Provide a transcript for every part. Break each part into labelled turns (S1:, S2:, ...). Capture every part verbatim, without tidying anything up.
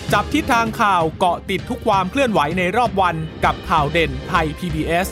S1: จับทิศทางข่าวเกาะติดทุกความเคลื่อนไหวในรอบวันกับข่าวเด่นไทย พี บี เอส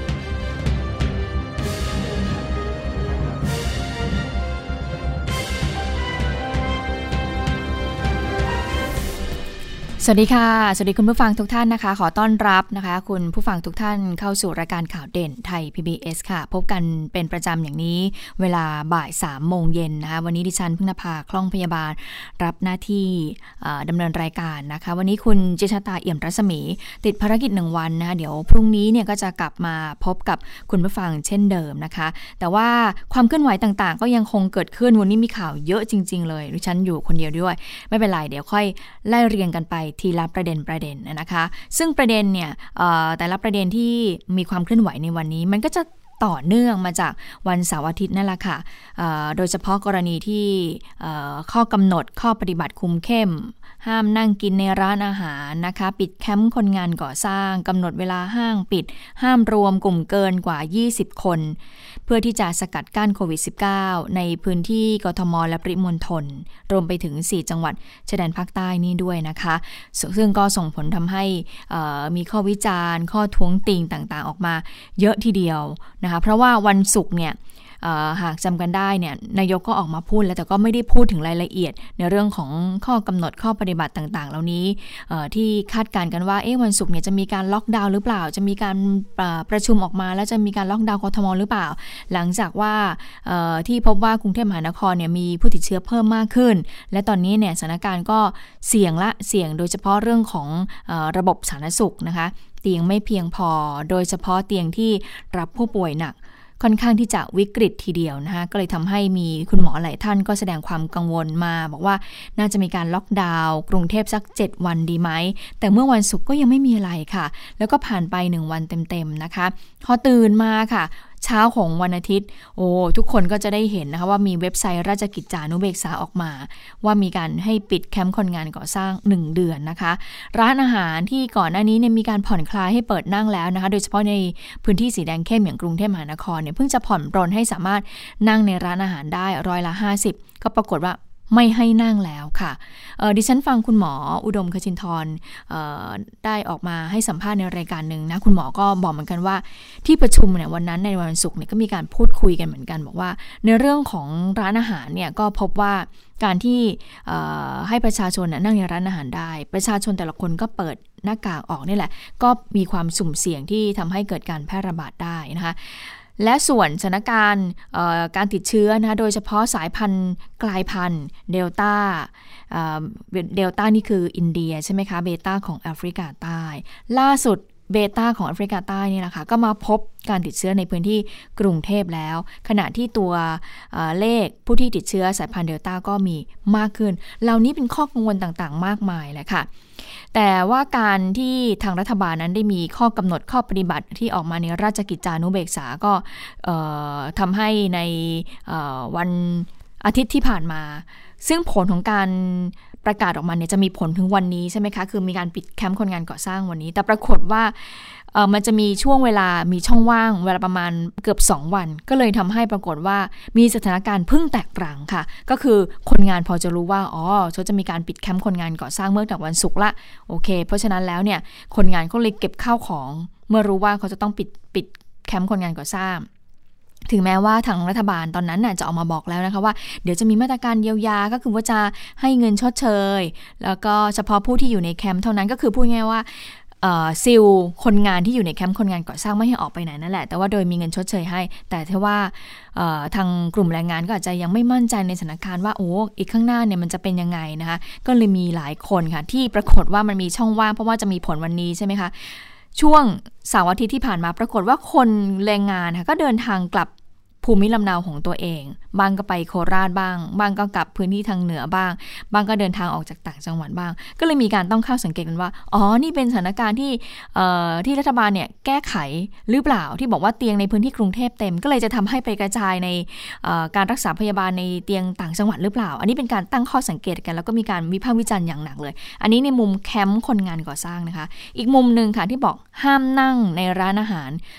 S2: สวัสดีค่ะสวัสดีคุณผู้ฟังทุกท่านนะคะขอต้อนรับนะคะคุณผู้ฟังทุกท่านเข้าสู่รายการข่าวเด่นไทย พี บี เอส ค่ะพบกันเป็นประจำอย่างนี้เวลาบ่ายสามโมงเย็นนะคะวันนี้ดิฉันพึ่งนภาคล่องพยาบาลรับหน้าที่ดำเนินรายการนะคะวันนี้คุณเจษฎาเอี่ยมรัศมีติดภารกิจหนึ่งวันนะคะเดี๋ยวพรุ่งนี้เนี่ยก็จะกลับมาพบกับคุณผู้ฟังเช่นเดิมนะคะแต่ว่าความเคลื่อนไหวต่างๆก็ยังคงเกิดขึ้นวันนี้มีข่าวเยอะจริงๆเลยดิฉันอยู่คนเดียวด้วยไม่เป็นไรเดี๋ยวค่อยไล่เรียงกันไปทีละประเด็นประเด็นนะคะซึ่งประเด็นเนี่ยแต่ละประเด็นที่มีความเคลื่อนไหวในวันนี้มันก็จะต่อเนื่องมาจากวันเสาร์อาทิตย์นั่นแหละค่ะโดยเฉพาะกรณีที่ข้อกำหนดข้อปฏิบัติคุมเข้มห้ามนั่งกินในร้านอาหารนะคะปิดแคมป์คนงานก่อสร้างกำหนดเวลาห้างปิดห้ามรวมกลุ่มเกินกว่ายี่สิบคนเพื่อที่จะสกัดกั้นโควิด สิบเก้า ในพื้นที่กทมและปริมณฑลรวมไปถึงสี่จังหวัดชายแดนภาคใต้นี่ด้วยนะคะซึ่งก็ส่งผลทำให้มีข้อวิจารณ์ข้อท้วงติงต่างๆออกมาเยอะทีเดียวนะคะเพราะว่าวันศุกร์เนี่ยหากจำกันได้เนี่ยนายกก็ออกมาพูดแล้วแต่ก็ไม่ได้พูดถึงรายละเอียดในเรื่องของข้อกำหนดข้อปฏิบัติต่างๆเหล่านี้ที่คาดการณ์กันว่าเอ๊ะวันศุกร์เนี่ยจะมีการล็อกดาวน์หรือเปล่าจะมีการประชุมออกมาแล้วจะมีการล็อกดาวน์กทมหรือเปล่าหลังจากว่าที่พบว่ากรุงเทพมหานครเนี่ยมีผู้ติดเชื้อเพิ่มมากขึ้นและตอนนี้เนี่ยสถานการณ์ก็เสี่ยงละเสี่ยงโดยเฉพาะเรื่องของระบบสาธารณสุขนะคะเตียงไม่เพียงพอโดยเฉพาะเตียงที่รับผู้ป่วยหนักค่อนข้างที่จะวิกฤตทีเดียวนะคะก็เลยทำให้มีคุณหมอหลายท่านก็แสดงความกังวลมาบอกว่าน่าจะมีการล็อกดาวน์กรุงเทพสักเจ็ดวันดีไหมแต่เมื่อวันศุกร์ก็ยังไม่มีอะไรค่ะแล้วก็ผ่านไปหนึ่งวันเต็มๆนะคะพอตื่นมาค่ะเช้าของวันอาทิตย์โอ้ทุกคนก็จะได้เห็นนะคะว่ามีเว็บไซต์ราชกิจจานุเบกษาออกมาว่ามีการให้ปิดแคมป์คนงานก่อสร้างหนึ่งเดือนนะคะร้านอาหารที่ก่อนหน้านี้เนี่ยมีการผ่อนคลายให้เปิดนั่งแล้วนะคะโดยเฉพาะในพื้นที่สีแดงเข้มอย่างกรุงเทพมหานครเนี่ยเพิ่งจะผ่อนปรนให้สามารถนั่งในร้านอาหารได้ร้อยละห้าสิบก็ปรากฏว่าไม่ให้นั่งแล้วค่ะดิฉันฟังคุณหมออุดมคชินทรได้ออกมาให้สัมภาษณ์ในรายการหนึ่งนะคุณหมอก็บอกเหมือนกันว่าที่ประชุมเนี่ยวันนั้นในวันศุกร์เนี่ยก็มีการพูดคุยกันเหมือนกันบอกว่าในเรื่องของร้านอาหารเนี่ยก็พบว่าการที่ให้ประชาชนนั่งในร้านอาหารได้ประชาชนแต่ละคนก็เปิดหน้ากากออกนี่แหละก็มีความสุ่มเสี่ยงที่ทำให้เกิดการแพร่ระบาดได้นะคะและส่วนสถานการณ์การติดเชื้อนะโดยเฉพาะสายพันธุ์กลายพันธุ์เดลต้าเดลต้านี่คืออินเดียใช่ไหมคะเบต้าของแอฟริกาใต้ล่าสุดเบต้าของแอฟริกาใต้นี่แหละค่ะก็มาพบการติดเชื้อในพื้นที่กรุงเทพแล้วขณะที่ตัวเลขผู้ที่ติดเชื้อสายพันธุ์เดลต้าก็มีมากขึ้นเหล่านี้เป็นข้อกังวลต่างๆมากมายแหละค่ะแต่ว่าการที่ทางรัฐบาลนั้นได้มีข้อกำหนดข้อปฏิบัติที่ออกมาในราชกิจจานุเบกษาก็ทำให้ในวันอาทิตย์ที่ผ่านมาซึ่งผลของการประกาศออกมาเนี่ยจะมีผลถึงวันนี้ใช่ไหมคะคือมีการปิดแคมป์คนงานก่อสร้างวันนี้แต่ปรากฏว่าเอ่อมันจะมีช่วงเวลามีช่องว่างเวลาประมาณเกือบสองวันก็เลยทำให้ปรากฏว่ามีสถานการณ์พึ่งแตกรังค่ะก็คือคนงานพอจะรู้ว่าอ๋อเขาจะมีการปิดแคมป์คนงานก่อสร้างเมื่อแต่วันศุกร์ละโอเคเพราะฉะนั้นแล้วเนี่ยคนงานก็เลยเก็บข้าวของเมื่อรู้ว่าเขาจะต้องปิดปิดแคมป์คนงานก่อสร้างถึงแม้ว่าทางรัฐบาลตอนนั้นน่ะจะออกมาบอกแล้วนะคะว่าเดี๋ยวจะมีมาตรการเยียวยาก็คือว่าจะให้เงินชดเชยแล้วก็เฉพาะผู้ที่อยู่ในแคมป์เท่านั้นก็คือพูดง่ายๆว่าซิลคนงานที่อยู่ในแคมป์คนงานก่อสร้างไม่ให้ออกไปไหนนั่นแหละแต่ว่าโดยมีเงินชดเชยให้แต่ถ้าว่าทางกลุ่มแรงงานก็อาจจะยังไม่มั่นใจในสถานการณ์ว่าโอ้อีกข้างหน้าเนี่ยมันจะเป็นยังไงนะคะก็เลยมีหลายคนค่ะที่ปรากฏว่ามันมีช่องว่างเพราะว่าจะมีผลวันนี้ใช่ไหมคะช่วงเสาร์อาทิตย์ที่ผ่านมาปรากฏว่าคนแรงงานค่ะก็เดินทางกลับภูมิลำเนาของตัวเองบางก็ไปโคราชบ้างบางก็กลับพื้นที่ทางเหนือบ้างบางก็เดินทางออกจากต่างจังหวัดบ้างก็เลยมีการต้องเข้าสังเกตกันว่าอ๋อนี่เป็นสถานการณ์ที่ที่รัฐบาลเนี่ยแก้ไขหรือเปล่าที่บอกว่าเตียงในพื้นที่กรุงเทพเต็มก็เลยจะทำให้ไปกระจายในการรักษาพยาบาลในเตียงต่างจังหวัดหรือเปล่าอันนี้เป็นการตั้งข้อสังเกตกันแล้วก็มีการวิพากษ์วิจารณ์อย่างหนักเลยอันนี้ในมุมแคมป์คนงานก่อสร้างนะคะอีกมุมนึงค่ะที่บอกห้ามนั่งในร้านอาหาร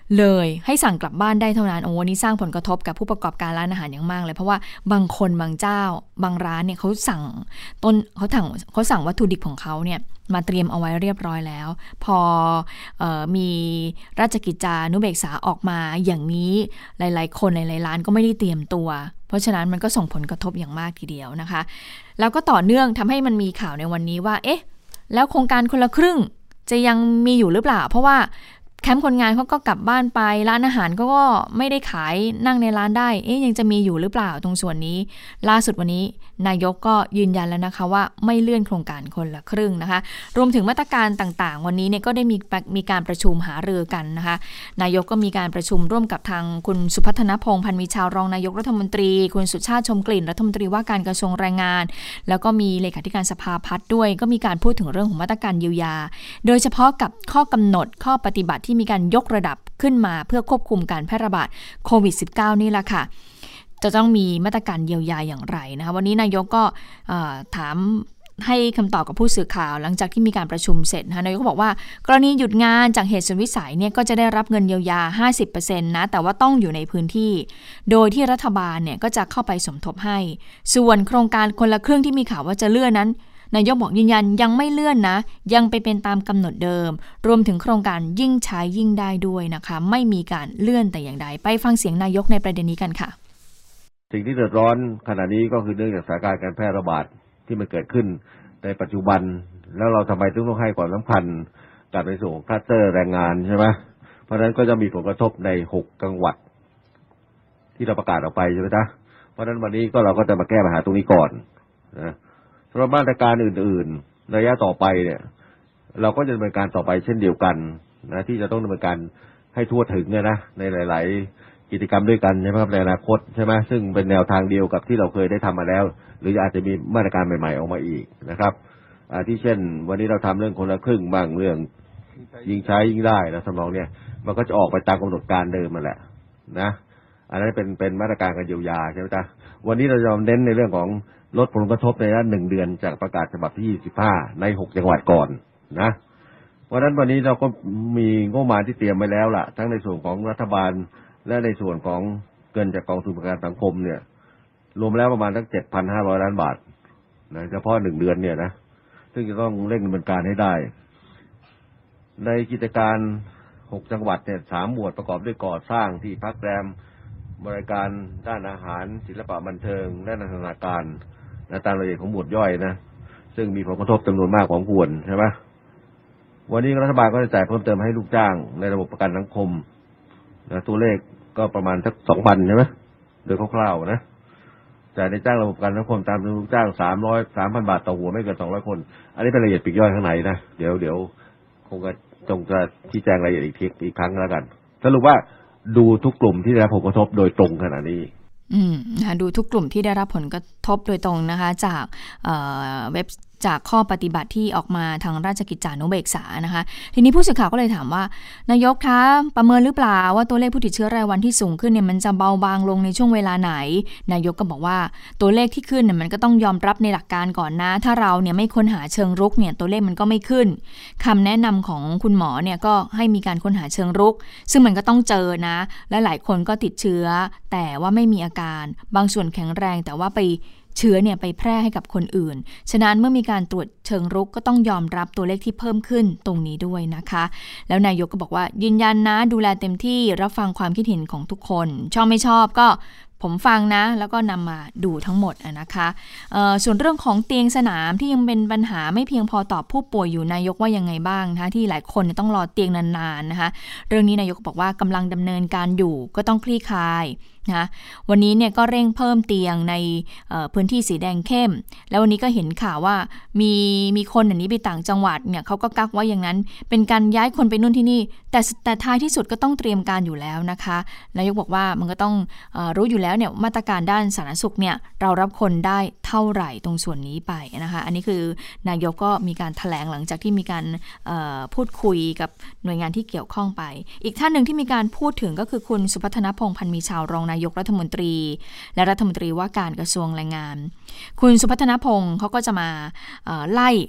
S2: เลยให้สั่งกลับบ้านได้เท่านั้นโอ้วันนี้สร้างผลกระทบกับผู้ประกอบการร้านอาหารอย่างมากเลยเพราะว่าบางคนบางเจ้าบางร้านเนี่ยเขาสั่งต้นเขาสั่งเขาสั่งวัตถุดิบของเขาเนี่ยมาเตรียมเอาไว้เรียบร้อยแล้วพอเอ่อมีราชกิจจานุเบกษาออกมาอย่างนี้หลายๆคนหลายๆร้านก็ไม่ได้เตรียมตัวเพราะฉะนั้นมันก็ส่งผลกระทบอย่างมากทีเดียวนะคะแล้วก็ต่อเนื่องทำให้มันมีข่าวในวันนี้ว่าเอ๊ะแล้วโครงการคนละครึ่งจะยังมีอยู่หรือเปล่าเพราะว่าแคมป์คนงานเขาก็กลับบ้านไปร้านอาหารก็ไม่ได้ขายนั่งในร้านได้เอ๊ะยังจะมีอยู่หรือเปล่าตรงส่วนนี้ล่าสุดวันนี้นายกก็ยืนยันแล้วนะคะว่าไม่เลื่อนโครงการคนละครึ่งนะคะรวมถึงมาตรการต่างๆวันนี้เนี่ยก็ได้มีมีการประชุมหารือกันนะคะนายกก็มีการประชุมร่วมกับทางคุณสุพัฒนพงษ์พันธ์มีชาวรองนายกรัฐมนตรีคุณสุชาติชมกลิ่นรัฐมนตรีว่าการกระทรวงแรงงานแล้วก็มีเลขาธิการสภาพัฒน์ด้วยก็มีการพูดถึงเรื่องของมาตรการเยียวยาโดยเฉพาะกับข้อกำหนดข้อปฏิบัติที่มีการยกระดับขึ้นมาเพื่อควบคุมการแพร่ระบาดโควิด สิบเก้า นี่แหละค่ะจะต้องมีมาตรการเยียวยาอย่างไรนะคะวันนี้นายกก็ถามให้คำตอบกับผู้สื่อข่าวหลังจากที่มีการประชุมเสร็จนะคะนายกก็บอกว่ากรณีหยุดงานจากเหตุสุดวิสัยเนี่ยก็จะได้รับเงินเยียวยา ห้าสิบเปอร์เซ็นต์ นะแต่ว่าต้องอยู่ในพื้นที่โดยที่รัฐบาลเนี่ยก็จะเข้าไปสมทบให้ส่วนโครงการคนละครึ่งที่มีข่าวว่าจะเลื่อนนั้นนายกบอกยืนยันยังไม่เลื่อนนะยังไปเป็นตามกำหนดเดิมรวมถึงโครงการยิ่งใช้ยิ่งได้ด้วยนะคะไม่มีการเลื่อนแต่อย่างใดไปฟังเสียงนายกในประเด็นนี้กันค่ะ
S3: สิ่งที่เดือดร้อนขณะนี้ก็คือเนื่องจากสถานการณ์การแพร่ระบาดที่มันเกิดขึ้นในปัจจุบันแล้วเราทำไมถึงต้องให้ความสำคัญกับในส่วนของคลัสเตอร์แรงงานใช่ไหมเพราะฉะนั้นก็จะมีผลกระทบในหกจังหวัดที่เราประกาศออกไปใช่ไหมจ๊ะเพราะฉะนั้นวันนี้ก็เราก็จะมาแก้ปัญหาตรงนี้ก่อนนะสำหรับมาตรการอื่นๆระยะต่อไปเนี่ยเราก็จะดำเนินการต่อไปเช่นเดียวกันนะที่จะต้องดำเนินการให้ทั่วถึงเนี่ยนะในหลายๆกิจกรรมด้วยกันใช่ไหมครับในอนาคตใช่ไหมซึ่งเป็นแนวทางเดียวกับที่เราเคยได้ทำมาแล้วหรืออาจจะมีมาตรการใหม่ๆออกมาอีกนะครับอาที่เช่นวันนี้เราทำเรื่องคนละครึ่งบ้างเรื่องยิงใช้ยิงได้นะสำรองเนี่ยมันก็จะออกไปตามกำหนดการเดิมมาแหละนะอันนั้นเป็นเป็นมาตรการการเยียวยาใช่ไหมจ๊ะวันนี้เราจะเน้นในเรื่องของลดผลกระทบในระยะหนึ่งเดือนจากประกาศฉบับที่ยี่สิบห้าในหกจังหวัดก่อนนะเพราะฉะนั้นวันนี้เราก็มีงบประมาณที่เตรียมไว้แล้วล่ะทั้งในส่วนของรัฐบาลและในส่วนของเงินจากกองทุนประกันสังคมเนี่ยรวมแล้วประมาณทั้ง เจ็ดพันห้าร้อย ล้านบาทนะเฉพาะหนึ่งเดือนเนี่ยนะซึ่งจะต้องเร่งดำเนินการให้ได้ในกิจการหกจังหวัดเนี่ยสามหมวดประกอบด้วยก่อสร้างที่พักแรมบริการด้านอาหารศิลปะบันเทิงและนันทนาการนะตามรายละเอียดของหมวดย่อยนะซึ่งมีผลกระทบจำนวนมากของควรใช่ไหมวันนี้รัฐบาลก็จะจ่ายเพิ่มเติมให้ลูกจ้างในระบบประกันสังคมนะตัวเลขก็ประมาณสัก สองพัน ใช่ไหมโดยคร่าวๆนะจ่ายในจ้างระบบประกันสังคมตามลูกจ้างสามร้อย สามพัน บาทต่อหัวไม่เกินสองร้อยคนอันนี้เป็นรายละเอียดปลีกย่อยข้างในนะเดี๋ยวเดี๋ยวคงจะจงจะชี้แจงรายละเอียดอีกทีอีกครั้งแล้วกันสรุปว่าดูทุกกลุ่มที่ได้รับผลกระทบโดยตรงขณะนี้
S2: อืมนะคะดูทุกกลุ่มที่ได้รับผลกระทบโดยตรงนะคะจากเอ่อเว็บจากข้อปฏิบัติที่ออกมาทางราชกิจจานุเบกษานะคะทีนี้ผู้สื่อข่าวก็เลยถามว่านายกคะประเมินหรือเปล่าว่าตัวเลขผู้ติดเชื้อรายวันที่สูงขึ้นเนี่ยมันจะเบาบางลงในช่วงเวลาไหนนายกก็บอกว่าตัวเลขที่ขึ้นเนี่ยมันก็ต้องยอมรับในหลักการก่อนนะถ้าเราเนี่ยไม่ค้นหาเชิงรุกเนี่ยตัวเลขมันก็ไม่ขึ้นคำแนะนำของคุณหมอเนี่ยก็ให้มีการค้นหาเชิงรุกซึ่งมันก็ต้องเจอนะและหลายคนก็ติดเชื้อแต่ว่าไม่มีอาการบางส่วนแข็งแรงแต่ว่าไปเชื้อเนี่ยไปแพร่ให้กับคนอื่นฉะนั้นเมื่อมีการตรวจเชิงรุกก็ต้องยอมรับตัวเลขที่เพิ่มขึ้นตรงนี้ด้วยนะคะแล้วนายกก็บอกว่ายืนยันนะดูแลเต็มที่รับฟังความคิดเห็นของทุกคนชอบไม่ชอบก็ผมฟังนะแล้วก็นำมาดูทั้งหมดนะคะส่วนเรื่องของเตียงสนามที่ยังเป็นปัญหาไม่เพียงพอต่อผู้ป่วยอยู่นายกว่ายังไงบ้างนะคะที่หลายคนต้องรอเตียงนานๆนะคะเรื่องนี้นายกบอกว่ากำลังดำเนินการอยู่ก็ต้องคลี่คลายนะวันนี้เนี่ยก็เร่งเพิ่มเตียงในพื้นที่สีแดงเข้มแล้ววันนี้ก็เห็นข่าวว่ามีมีคนอันนี้ไปต่างจังหวัดเนี่ยเขาก็กักไว้อย่างนั้นเป็นการย้ายคนไปนู่นที่นี่แต่แต่ท้ายที่สุดก็ต้องเตรียมการอยู่แล้วนะคะนายกบอกว่ามันก็ต้องเอ่อรู้อยู่แล้วเนี่ยมาตรการด้านสาธารณสุขเนี่ยเรารับคนได้เท่าไหร่ตรงส่วนนี้ไปนะคะอันนี้คือนายกก็มีการแถลงหลังจากที่มีการพูดคุยกับหน่วยงานที่เกี่ยวข้องไปอีกท่านหนึ่งที่มีการพูดถึงก็คือคุณสุพัฒนพงษ์พันธ์มีชาวรองนายกรัฐมนตรีและรัฐมนตรีว่าการกระทรวงแรงงานคุณสุพัฒนพงษ์เขาก็จะมาไล่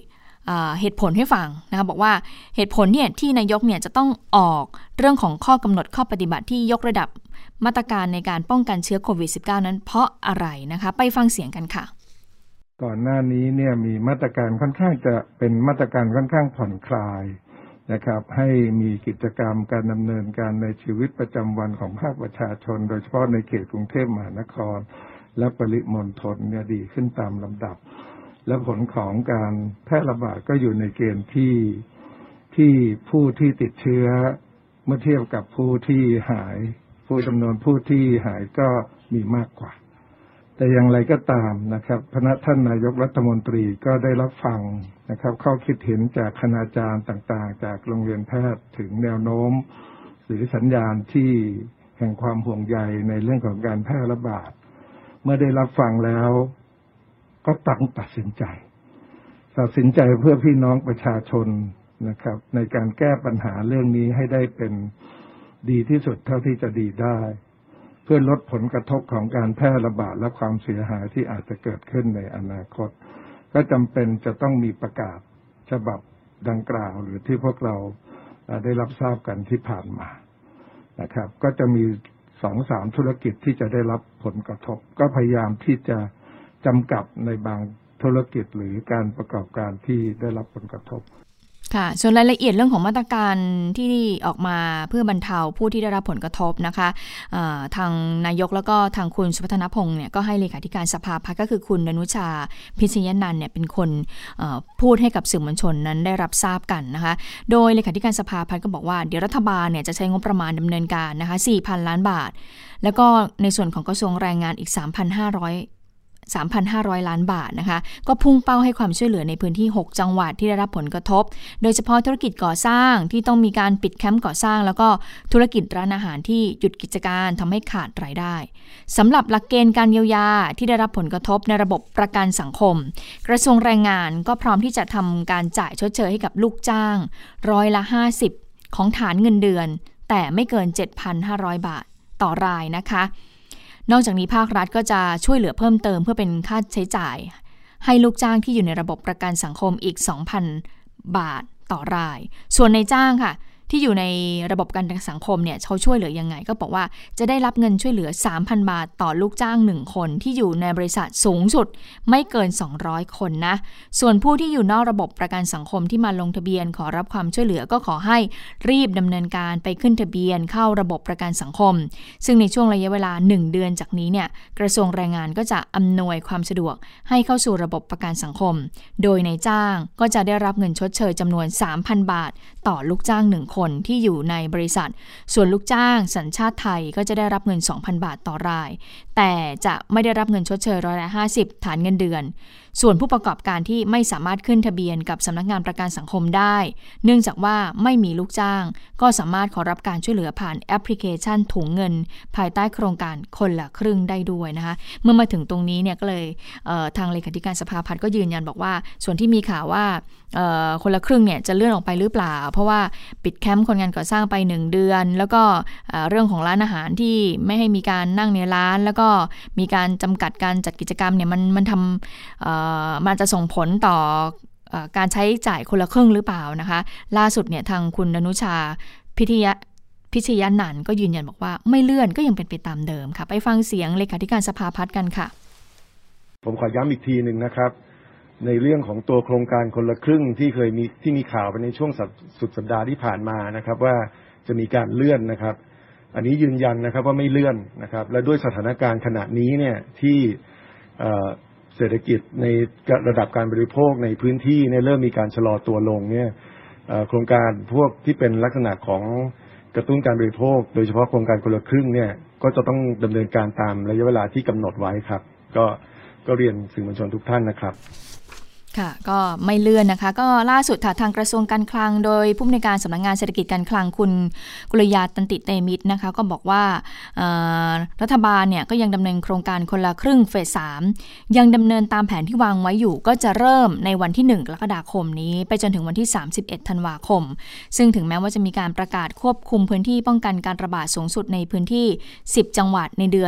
S2: เหตุผลให้ฟังนะคะบอกว่าเหตุผลเนี่ยที่นายกเนี่ยจะต้องออกเรื่องของข้อกำหนดข้อปฏิบัติที่ยกระดับมาตรการในการป้องกันเชื้อโควิด สิบเก้า นั้นเพราะอะไรนะคะไปฟังเสียงกันค่ะ
S4: ก่อนหน้านี้เนี่ยมีมาตรการค่อนข้างจะเป็นมาตรการค่อนข้างผ่อนคลายนะครับให้มีกิจกรรมการดำเนินการในชีวิตประจำวันของภาคประชาชนโดยเฉพาะในเขตกรุงเทพมหานครและปริมณฑลเนี่ยดีขึ้นตามลำดับและผลของการแพร่ระบาดก็อยู่ในเกณฑ์ที่ที่ผู้ที่ติดเชื้อเมื่อเทียบกับผู้ที่หายผู้จำนวนผู้ที่หายก็มีมากกว่าแต่อย่างไรก็ตามนะครับพระท่านนายกรัฐมนตรีก็ได้รับฟังนะครับข้อคิดเห็นจากคณาจารย์ต่างๆจากโรงเรียนแพทย์ถึงแนวโน้มหรือสัญญาณที่แห่งความห่วงใยในเรื่องของการแพร่ระบาดเมื่อได้รับฟังแล้วก็ตั้งตัดสินใจตัดสินใจเพื่อพี่น้องประชาชนนะครับในการแก้ปัญหาเรื่องนี้ให้ได้เป็นดีที่สุดเท่าที่จะดีได้เพื่อลดผลกระทบของการแพร่ระบาดและความเสียหายที่อาจจะเกิดขึ้นในอนาคตก็จำเป็นจะต้องมีประกาศฉบับดังกล่าวหรือที่พวกเราได้รับทราบกันที่ผ่านมานะครับก็จะมีสองสามธุรกิจที่จะได้รับผลกระทบก็พยายามที่จะจำกัดในบางธุรกิจหรือการประกอบการที่ได้รับผลกระทบ
S2: ค่ะส่วนรายละเอียดเรื่องของมาตรการที่ออกมาเพื่อบรรเทาผู้ที่ได้รับผลกระทบนะคะทางนายกแล้วก็ทางคุณสุพัฒนพงษ์เนี่ยก็ให้เลขาธิการสภาพัฒน์ก็คือคุณดนุชาพิชยนันท์เนี่ยเป็นคนพูดให้กับสื่อมวลชนนั้นได้รับทราบกันนะคะโดยเลขาธิการสภาพัฒน์ก็บอกว่าเดี๋ยวรัฐบาลเนี่ยจะใช้งบประมาณดำเนินการนะคะ สี่พัน ล้านบาทแล้วก็ในส่วนของกระทรวงแรงงานอีก สามพันห้าร้อยสามพันห้าร้อย ล้านบาทนะคะก็พุ่งเป้าให้ความช่วยเหลือในพื้นที่หกจังหวัดที่ได้รับผลกระทบโดยเฉพาะธุรกิจก่อสร้างที่ต้องมีการปิดแคมป์ก่อสร้างแล้วก็ธุรกิจร้านอาหารที่หยุดกิจการทำให้ขาดรายได้สำหรับหลักเกณฑ์การเยียวยาที่ได้รับผลกระทบในระบบประกันสังคมกระทรวงแรงงานก็พร้อมที่จะทำการจ่ายชดเชยให้กับลูกจ้างร้อยละห้าสิบของฐานเงินเดือนแต่ไม่เกิน เจ็ดพันห้าร้อย บาทต่อรายนะคะนอกจากนี้ภาครัฐก็จะช่วยเหลือเพิ่มเติมเพื่อเป็นค่าใช้จ่ายให้ลูกจ้างที่อยู่ในระบบประกันสังคมอีก สองพัน บาทต่อรายส่วนในจ้างค่ะที่อยู่ในระบบประกันสังคมเนี่ยเขาช่วยเหลือยังไงก็บอกว่าจะได้รับเงินช่วยเหลือ สามพัน บาทต่อลูกจ้างหนึ่งคนที่อยู่ในบริษัทสูงสุดไม่เกินสองร้อยคนนะส่วนผู้ที่อยู่นอกระบบประกันสังคมที่มาลงทะเบียนขอรับความช่วยเหลือก็ขอให้รีบดำเนินการไปขึ้นทะเบียนเข้าระบบประกันสังคมซึ่งในช่วงระยะเวลาหนึ่งเดือนจากนี้เนี่ยกระทรวงแรงงานก็จะอำนวยความสะดวกให้เข้าสู่ระบบประกันสังคมโดยนายจ้างก็จะได้รับเงินชดเชยจำนวน สามพัน บาทต่อลูกจ้างหนึ่งคนที่อยู่ในบริษัทส่วนลูกจ้างสัญชาติไทยก็จะได้รับเงิน สองพัน บาทต่อรายแต่จะไม่ได้รับเงินชดเชยร้อยละห้าสิบฐานเงินเดือนส่วนผู้ประกอบการที่ไม่สามารถขึ้นทะเบียนกับสำนักงานประกันสังคมได้เนื่องจากว่าไม่มีลูกจ้างก็สามารถขอรับการช่วยเหลือผ่านแอปพลิเคชันถุงเงินภายใต้โครงการคนละครึ่งได้ด้วยนะคะเมื่อมาถึงตรงนี้เนี่ยก็เลยเอ่อทางเลขาธิการสภาพัฒน์ก็ยืนยันบอกว่าส่วนที่มีข่าวว่าเอ่อคนละครึ่งเนี่ยจะเลื่อนออกไปหรือเปล่าเพราะว่าปิดแคมป์คนงานก่อสร้างไปหนึ่งเดือนแล้วก็เอ่อเรื่องของร้านอาหารที่ไม่ให้มีการนั่งในร้านแล้วก็มีการจำกัดการจัดกิจกรรมเนี่ยมันมันทำเอ่อมันจะส่งผลต่อการใช้จ่ายคนละครึ่งหรือเปล่านะคะล่าสุดเนี่ยทางคุณดนุชาพิทยาพิชยนันท์ก็ยืนยันบอกว่าไม่เลื่อนก็ยังเป็นไปตามเดิมค่ะไปฟังเสียงเลขาธิการสภาพัฒน์กันค่ะ
S5: ผมขอย้ำอีกทีหนึ่งนะครับในเรื่องของตัวโครงการคนละครึ่งที่เคยมีที่มีข่าวไปในช่วงสุดสัปดาห์ที่ผ่านมานะครับว่าจะมีการเลื่อนนะครับอันนี้ยืนยันนะครับว่าไม่เลื่อนนะครับและด้วยสถานการณ์ขณะนี้เนี่ยที่เศรษฐกิจในระดับการบริโภคในพื้นที่เนี่ยเริ่มมีการชะลอตัวลงเนี่ยโครงการพวกที่เป็นลักษณะของกระตุ้นการบริโภคโดยเฉพาะโครงการคนละครึ่งเนี่ยก็จะต้องดำเนินการตามระยะเวลาที่กำหนดไว้ครับก็ก็เรียนสื่อมวลชนทุกท่านนะครับ
S2: ค่ะก็ไม่เลื่อนนะคะก็ล่าสุดทางกระทรวงการคลังโดยผู้อำนวยการสำนักงานเศรษฐกิจการคลังคุณกุลยาตันติเตมิตรนะคะก็บอกว่ารัฐบาลเนี่ยก็ยังดำเนินโครงการคนละครึ่งเฟสสามยังดำเนินตามแผนที่วางไว้อยู่ก็จะเริ่มในวันที่หนึ่งกรกฎาคมนี้ไปจนถึงวันที่สามสิบเอ็ดธันวาคมซึ่งถึงแม้ว่าจะมีการประกาศควบคุมพื้นที่ป้องกันการระบาดสูงสุดในพื้นที่สิบจังหวัดในเดือน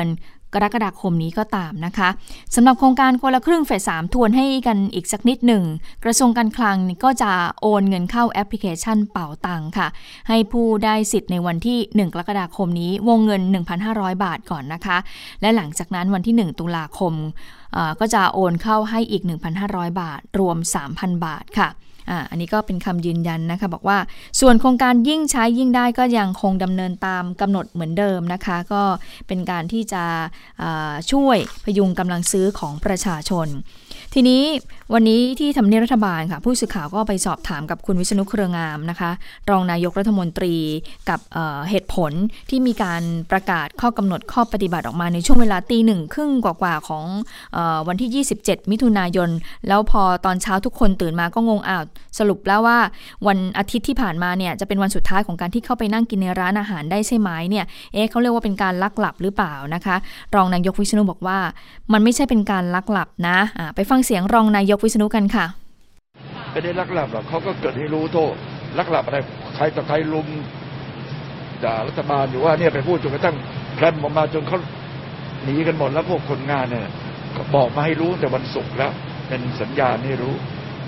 S2: กรกฎาคมนี้ก็ตามนะคะสำหรับโครงการคนละครึ่งเฟสสามทวนให้กันอีกสักนิดหนึ่งกระทรวงการคลังก็จะโอนเงินเข้าแอปพลิเคชันเป๋าตังค่ะให้ผู้ได้สิทธิ์ในวันที่หนึ่งกรกฎาคมนี้วงเงิน หนึ่งพันห้าร้อย บาทก่อนนะคะและหลังจากนั้นวันที่หนึ่งตุลาคมก็จะโอนเข้าให้อีก หนึ่งพันห้าร้อย บาทรวม สามพัน บาทค่ะอ่าอันนี้ก็เป็นคำยืนยันนะคะบอกว่าส่วนโครงการยิ่งใช้ยิ่งได้ก็ยังคงดำเนินตามกำหนดเหมือนเดิมนะคะก็เป็นการที่จะช่วยพยุงกำลังซื้อของประชาชนทีนี้วันนี้ที่ทำเนียบรัฐบาลค่ะผู้สื่อข่าวก็ไปสอบถามกับคุณวิษณุเครืองามนะคะรองนายกรัฐมนตรีกับ เอ่อ เหตุผลที่มีการประกาศข้อกำหนดข้อปฏิบัติออกมาในช่วงเวลาตีหนึ่งครึ่งกว่าๆของเอ่อวันที่ยี่สิบเจ็ดมิถุนายนแล้วพอตอนเช้าทุกคนตื่นมาก็งงอ้าวสรุปแล้วว่าวันอาทิตย์ที่ผ่านมาเนี่ยจะเป็นวันสุดท้ายของการที่เข้าไปนั่งกินในร้านอาหารได้ใช่ไหมเนี่ยเอ๊ะเขาเรียกว่าเป็นการลักหลับหรือเปล่านะคะรองนายกวิษณุบอกว่ามันไม่ใช่เป็นการลักหลับนะอ่าไปฟังเสียงรองนายกวิษณุกันค่ะ
S6: ไม่ได้ลักหลับหรอกเขาก็เกิดให้รู้โทษลักหลับอะไรใครต่อใครลุมด่ารัฐบาลอยู่ว่าเนี่ยไปพูดจนกระทั่งแคลมออกมาจนเขาหนีกันหมดแล้วพวกคนงานเนี่ยบอกมาให้รู้แต่วันศุกร์แล้วเป็นสัญญาณให้รู้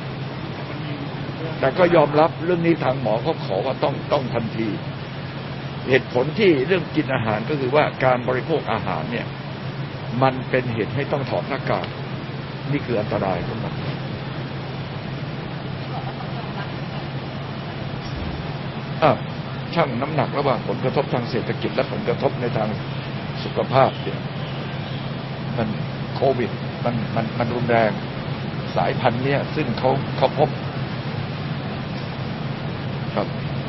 S6: แต่ก็ยอมรับเรื่องนี้ทางหมอเขาขอว่าต้องต้องทันทีเหตุผลที่เรื่องกินอาหารก็คือว่าการบริโภคอาหารเนี่ยมันเป็นเหตุให้ต้องถอดหน้ากากนี่คืออันตรายทั้งหมดอ่ะช่างน้ำหนักระหว่างผลกระทบทางเศรษฐกิจและผลกระทบในทางสุขภาพเนี่ยมันโควิดมันมันมันรุนแรงสายพันธุ์เนี้ยซึ่งเขาเขาพบครับ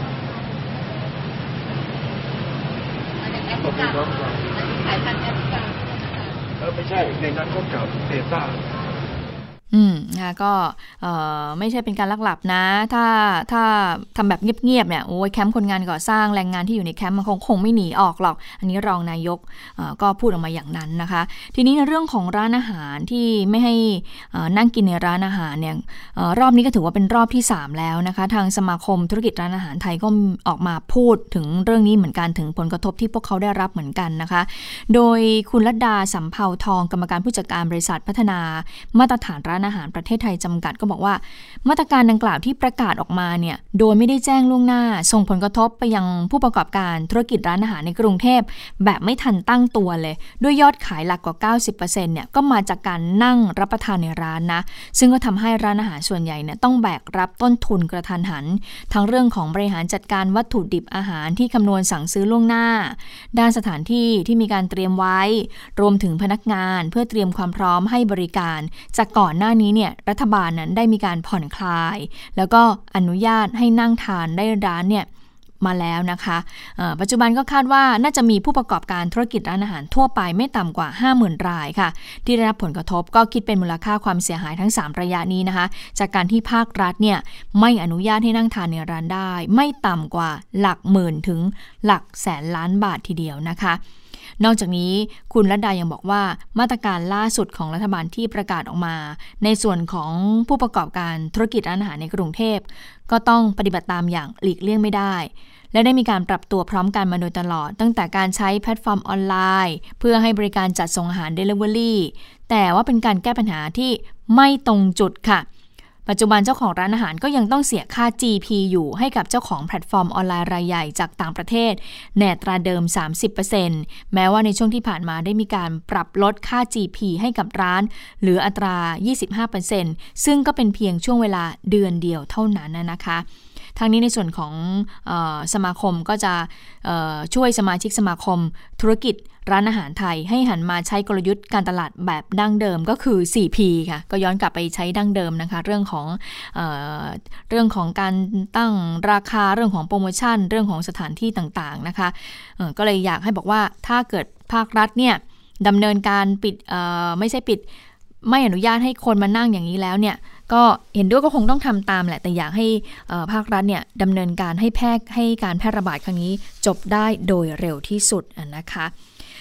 S6: สายพันธุ์แอฟริกาเออไม่ใช่ในนั้นเขากล่าวถึงเดลต้า
S2: อืมนะคะก็เอ่อไม่ใช่เป็นการลักหลับนะถ้าถ้าทำแบบเงียบๆเนี่ยโอ้ยแคมป์คนงานก่อสร้างแรงงานที่อยู่ในแคมป์มันคงคงไม่หนีออกหรอกอันนี้รองนายกเอ่อก็พูดออกมาอย่างนั้นนะคะทีนี้ในเรื่องของร้านอาหารที่ไม่ให้เอ่อนั่งกินในร้านอาหารเนี่ยเอ่อรอบนี้ก็ถือว่าเป็นรอบที่สามแล้วนะคะทางสมาคมธุรกิจร้านอาหารไทยก็ออกมาพูดถึงเรื่องนี้เหมือนกันถึงผลกระทบที่พวกเขาได้รับเหมือนกันนะคะโดยคุณรัตดาสำเภาทองกรรมการผู้จัดการบริษัทพัฒนามาตรฐานร้านอาหารประเทศไทยจำกัดก็บอกว่ามาตรการดังกล่าวที่ประกาศออกมาเนี่ยโดยไม่ได้แจ้งล่วงหน้าส่งผลกระทบไปยังผู้ประกอบการธุรกิจร้านอาหารในกรุงเทพแบบไม่ทันตั้งตัวเลยด้วยยอดขายหลักกว่า เก้าสิบเปอร์เซ็นต์ เนี่ยก็มาจากการนั่งรับประทานในร้านนะซึ่งก็ทำให้ร้านอาหารส่วนใหญ่เนี่ยต้องแบกรับต้นทุนกระทันหันทั้งเรื่องของบริหารจัดการวัตถุดิบอาหารที่คำนวณสั่งซื้อล่วงหน้าด้านสถานที่ที่มีการเตรียมไว้รวมถึงพนักงานเพื่อเตรียมความพร้อมให้บริการจากก่อนหน้านี้เนี่ยรัฐบาลนั้นได้มีการผ่อนคลายแล้วก็อนุญาตให้นั่งทานได้ร้านเนี่ยมาแล้วนะคะปัจจุบันก็คาดว่าน่าจะมีผู้ประกอบการธุรกิจร้านอาหารทั่วไปไม่ต่ำกว่า ห้าหมื่น รายค่ะที่ได้รับผลกระทบก็คิดเป็นมูลค่าความเสียหายทั้งสามระยะนี้นะคะจากการที่ภาครัฐเนี่ยไม่อนุญาตให้นั่งทานในร้านได้ไม่ต่ำกว่าหลักหมื่นถึงหลักแสนล้านบาททีเดียวนะคะนอกจากนี้คุณรัตดายังบอกว่ามาตรการล่าสุดของรัฐบาลที่ประกาศออกมาในส่วนของผู้ประกอบการธุรกิจร้านอาหารในกรุงเทพก็ต้องปฏิบัติตามอย่างหลีกเลี่ยงไม่ได้และได้มีการปรับตัวพร้อมกันมาโดยตลอดตั้งแต่การใช้แพลตฟอร์มออนไลน์เพื่อให้บริการจัดส่งอาหาร Delivery แต่ว่าเป็นการแก้ปัญหาที่ไม่ตรงจุดค่ะปัจจุบันเจ้าของร้านอาหารก็ยังต้องเสียค่า จี พี อยู่ให้กับเจ้าของแพลตฟอร์มออนไลน์รายใหญ่จากต่างประเทศในอัตราเดิม สามสิบเปอร์เซ็นต์ แม้ว่าในช่วงที่ผ่านมาได้มีการปรับลดค่า จี พี ให้กับร้านเหลืออัตรา ยี่สิบห้าเปอร์เซ็นต์ ซึ่งก็เป็นเพียงช่วงเวลาเดือนเดียวเท่านั้นนะคะทางนี้ในส่วนของเอ่อสมาคมก็จะเอ่อช่วยสมาชิกสมาคมธุรกิจร้านอาหารไทยให้หันมาใช้กลยุทธ์การตลาดแบบดั้งเดิมก็คือ โฟร์ พี ค่ะก็ย้อนกลับไปใช้ดั้งเดิมนะคะเรื่องของเอ่อเรื่องของการตั้งราคาเรื่องของโปรโมชั่นเรื่องของสถานที่ต่างๆนะคะเอ่อก็เลยอยากให้บอกว่าถ้าเกิดภาครัฐเนี่ยดำเนินการปิดเอ่อไม่ใช่ปิดไม่อนุญาตให้คนมานั่งอย่างนี้แล้วเนี่ยก็เห็นด้วยก็คงต้องทำตามแหละแต่อยากให้ภาครัฐเนี่ยดำเนินการให้แพร่ให้การแพร่ระบาดครั้งนี้จบได้โดยเร็วที่สุดนะคะ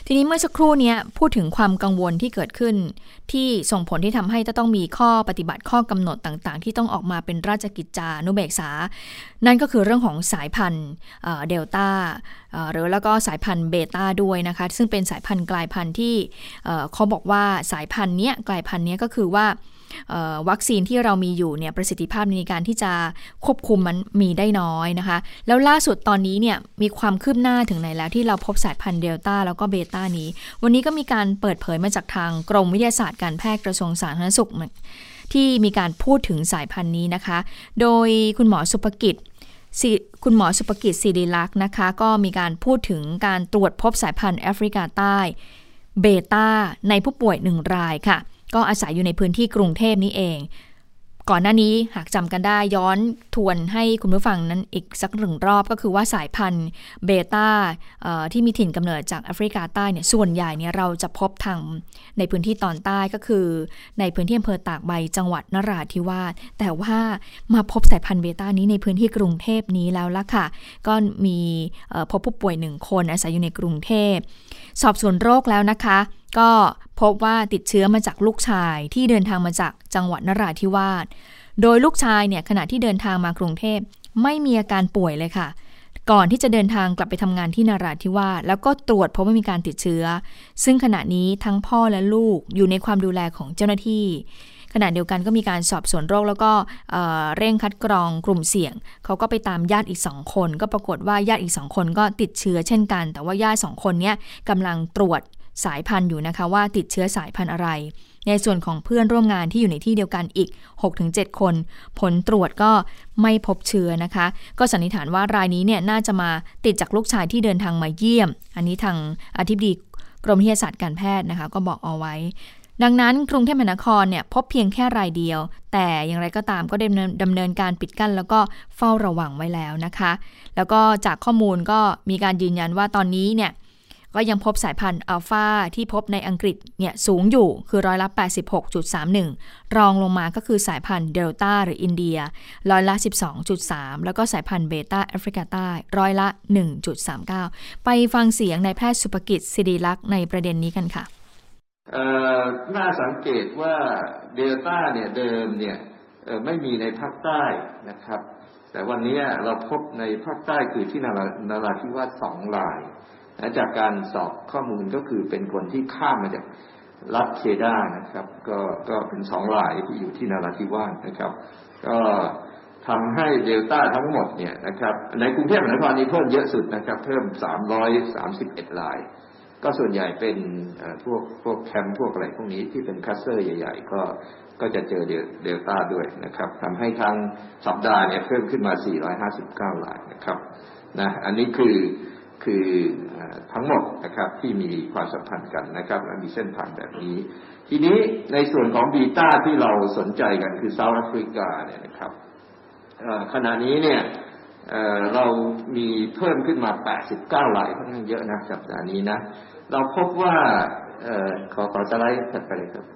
S2: ทีนี้เมื่อสักครู่นี้พูดถึงความกังวลที่เกิดขึ้นที่ส่งผลที่ทำให้จะต้องมีข้อปฏิบัติข้อกำหนดต่างๆที่ต้องออกมาเป็นราชกิจจานุเบกษานั่นก็คือเรื่องของสายพันธุ์เดลต้าหรือแล้วก็สายพันธุ์เบต้าด้วยนะคะซึ่งเป็นสายพันธุ์กลายพันธุ์ที่เขาบอกว่าสายพันธุ์นี้กลายพันธุ์นี้ก็คือว่าวัคซีนที่เรามีอยู่เนี่ยประสิทธิภาพในการที่จะควบคุมมันมีได้น้อยนะคะแล้วล่าสุดตอนนี้เนี่ยมีความคืบหน้าถึงไหนแล้วที่เราพบสายพันธุ์เดลต้าแล้วก็เบต้านี้วันนี้ก็มีการเปิดเผยมาจากทางกรมวิทยาศาสตร์การแพทย์กระทรวงสาธารณสุขที่มีการพูดถึงสายพันธุ์นี้นะคะโดยคุณหมอสุภกิจคุณหมอสุภกิจศิริลักษณ์นะคะก็มีการพูดถึงการตรวจพบสายพันธุ์แอฟริกาใต้เบต้าในผู้ป่วยหนึ่งรายค่ะก็อาศัยอยู่ในพื้นที่กรุงเทพนี้เองก่อนหน้านี้หากจำกันได้ย้อนทวนให้คุณผู้ฟังนั้นอีกสักหนึ่งรอบก็คือว่าสายพันธุ์เบต้าที่มีถิ่นกำเนิดจากแอฟริกาใต้เนี่ยส่วนใหญ่เนี่ยเราจะพบทางในพื้นที่ตอนใต้ก็คือในพื้นที่อำเภอตากใบจังหวัดนราธิวาสแต่ว่ามาพบสายพันธุ์เบต้านี้ในพื้นที่กรุงเทพนี้แล้วล่ะค่ะก็มีพบผู้ป่วยหนึ่งคนอาศัยอยู่ในกรุงเทพสอบสวนโรคแล้วนะคะก็พบว่าติดเชื้อมาจากลูกชายที่เดินทางมาจากจังหวัดนราธิวาสโดยลูกชายเนี่ยขณะที่เดินทางมากรุงเทพไม่มีอาการป่วยเลยค่ะก่อนที่จะเดินทางกลับไปทำงานที่นราธิวาสแล้วก็ตรวจพบว่ามีการติดเชื้อซึ่งขณะนี้ทั้งพ่อและลูกอยู่ในความดูแลของเจ้าหน้าที่ขณะเดียวกันก็มีการสอบสวนโรคแล้วก็เอ่อเร่งคัดกรองกลุ่มเสี่ยงเขาก็ไปตามญาติอีกสองคนก็ปรากฏว่าญาติอีกสองคนก็ติดเชื้อเช่นกันแต่ว่าญาติสองคนนี้กำลังตรวจสายพันธุ์อยู่นะคะว่าติดเชื้อสายพันธุ์อะไรในส่วนของเพื่อนร่วมงานที่อยู่ในที่เดียวกันอีก หกถึงเจ็ด คนผลตรวจก็ไม่พบเชื้อนะคะก็สันนิษฐานว่ารายนี้เนี่ยน่าจะมาติดจากลูกชายที่เดินทางมาเยี่ยมอันนี้ทางอธิบดีกรมวิทยาศาสตร์การแพทย์นะคะก็บอกเอาไว้ดังนั้นกรุงเทพมหานครเนี่ยพบเพียงแค่รายเดียวแต่อย่างไรก็ตามก็ได้ดำเนินการปิดกั้นแล้วก็เฝ้าระวังไว้แล้วนะคะแล้วก็จากข้อมูลก็มีการยืนยันว่าตอนนี้เนี่ยก็ยังพบสายพันธุ์อัลฟาที่พบในอังกฤษเนี่ยสูงอยู่คือร้อยละ แปดสิบหกจุดสามหนึ่ง รองลงมาก็คือสายพันธุ์เดลต้าหรืออินเดียร้อยละ สิบสองจุดสาม แล้วก็สายพันธุ์เบต้าแอฟริกาใต้ร้อยละ หนึ่งจุดสามเก้า ไปฟังเสียงนายแพทย์สุภกิจศิริลักษณ์ในประเด็นนี้กันค่ะ
S7: เอ่อน่าสังเกตว่าเดลต้าเนี่ยเดิมเนี่ยเอ่อไม่มีในภาคใต้นะครับแต่วันนี้เราพบในภาคใต้คือที่นราธิวาสสองรายและจากการสอบข้อมูลก็คือเป็นคนที่ข้ามมาจากรัฐเคดานะครับก็ก็เป็นสองรายที่อยู่ที่นราธิวาสนะครับก็ทำให้เดลต้าทั้งหมดเนี่ยนะครับในกรุงเทพมหานครนี้เพิ่มเยอะสุดนะครับเพิ่มสามร้อยสามสิบเอ็ดรายก็ส่วนใหญ่เป็นพวกพวกแคมป์พวกอะไรพวกนี้ที่เป็นคลัสเตอร์ใหญ่ๆก็ก็จะเจอเดลต้าด้วยนะครับทำให้ทั้งสัปดาห์เนี่ยเพิ่มขึ้นมาสี่ร้อยห้าสิบเก้ารายนะครับนะอันนี้คือคือทั้งหมดนะครับที่มีความสัมพันธ์กันนะครับและมีเส้นทางแบบนี้ทีนี้ในส่วนของบีต้าที่เราสนใจกันคือเซาท์แอฟริกาเนี่ยนะครับขณะนี้เนี่ยเอ่อเรามีเพิ่มขึ้นมาแปดสิบเก้ารายค่อนข้างเยอะนะสัปดาห์นี้นะเราพบว่าเอ่อขอขอสไลด์ถัดไปเลยครับ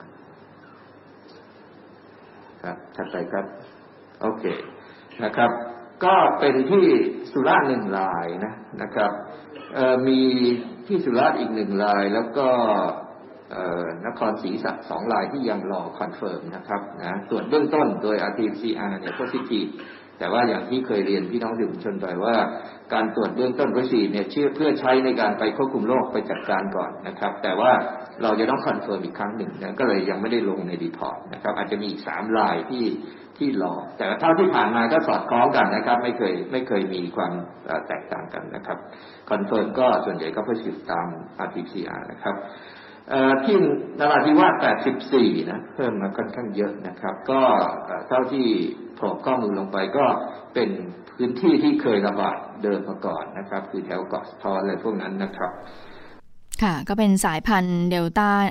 S7: ครับถัดไปครับโอเคนะครับก็เป็นที่สุราษฎร์หนึ่งรายนะนะครับเอ่อมีที่สุราษฎร์อีกหนึ่งรายแล้วก็เอ่อนครศรีสัตว์สองรายที่ยังรอคอนเฟิร์มนะครับนะตรวจเบื้องต้นโดย อาร์ ที พี ซี อาร์ เนี่ย positiveแต่ว่าอย่างที่เคยเรียนพี่น้องสื่อมวลชนไปว่าการตรวจเบื้องต้น positive เนี่ยชื่อเพื่อใช้ในการไปควบคุมโรคไปจัดการก่อนนะครับแต่ว่าเราจะต้องคอนเฟิร์มอีกครั้งหนึ่งนะก็เลยยังไม่ได้ลงในรีพอร์ตนะครับอาจจะมีอีกสามรายที่ที่รอแต่เท่าที่ผ่านมาก็สอดคล้องกันนะครับไม่เคยไม่เคยมีความแตกต่างกันนะครับคอนเฟิร์มก็ส่วนใหญ่ก็ positive ตาม อาร์ ที พี ซี อาร์ นะครับที่นราธิวาสแปดสิบสี่นะเพิ่มมาค่อนข้างเยอะนะครับก็เท่าที่โผล่ข้อมูลลงไปก็เป็นพื้นที่ที่เคยระบาดเดิมมาก่อนนะครับคือแถวเกาะสะท้อนอะไรพวกนั้นนะครับ
S2: ค่ะก็เป็นสายพันธุ์เดลต้า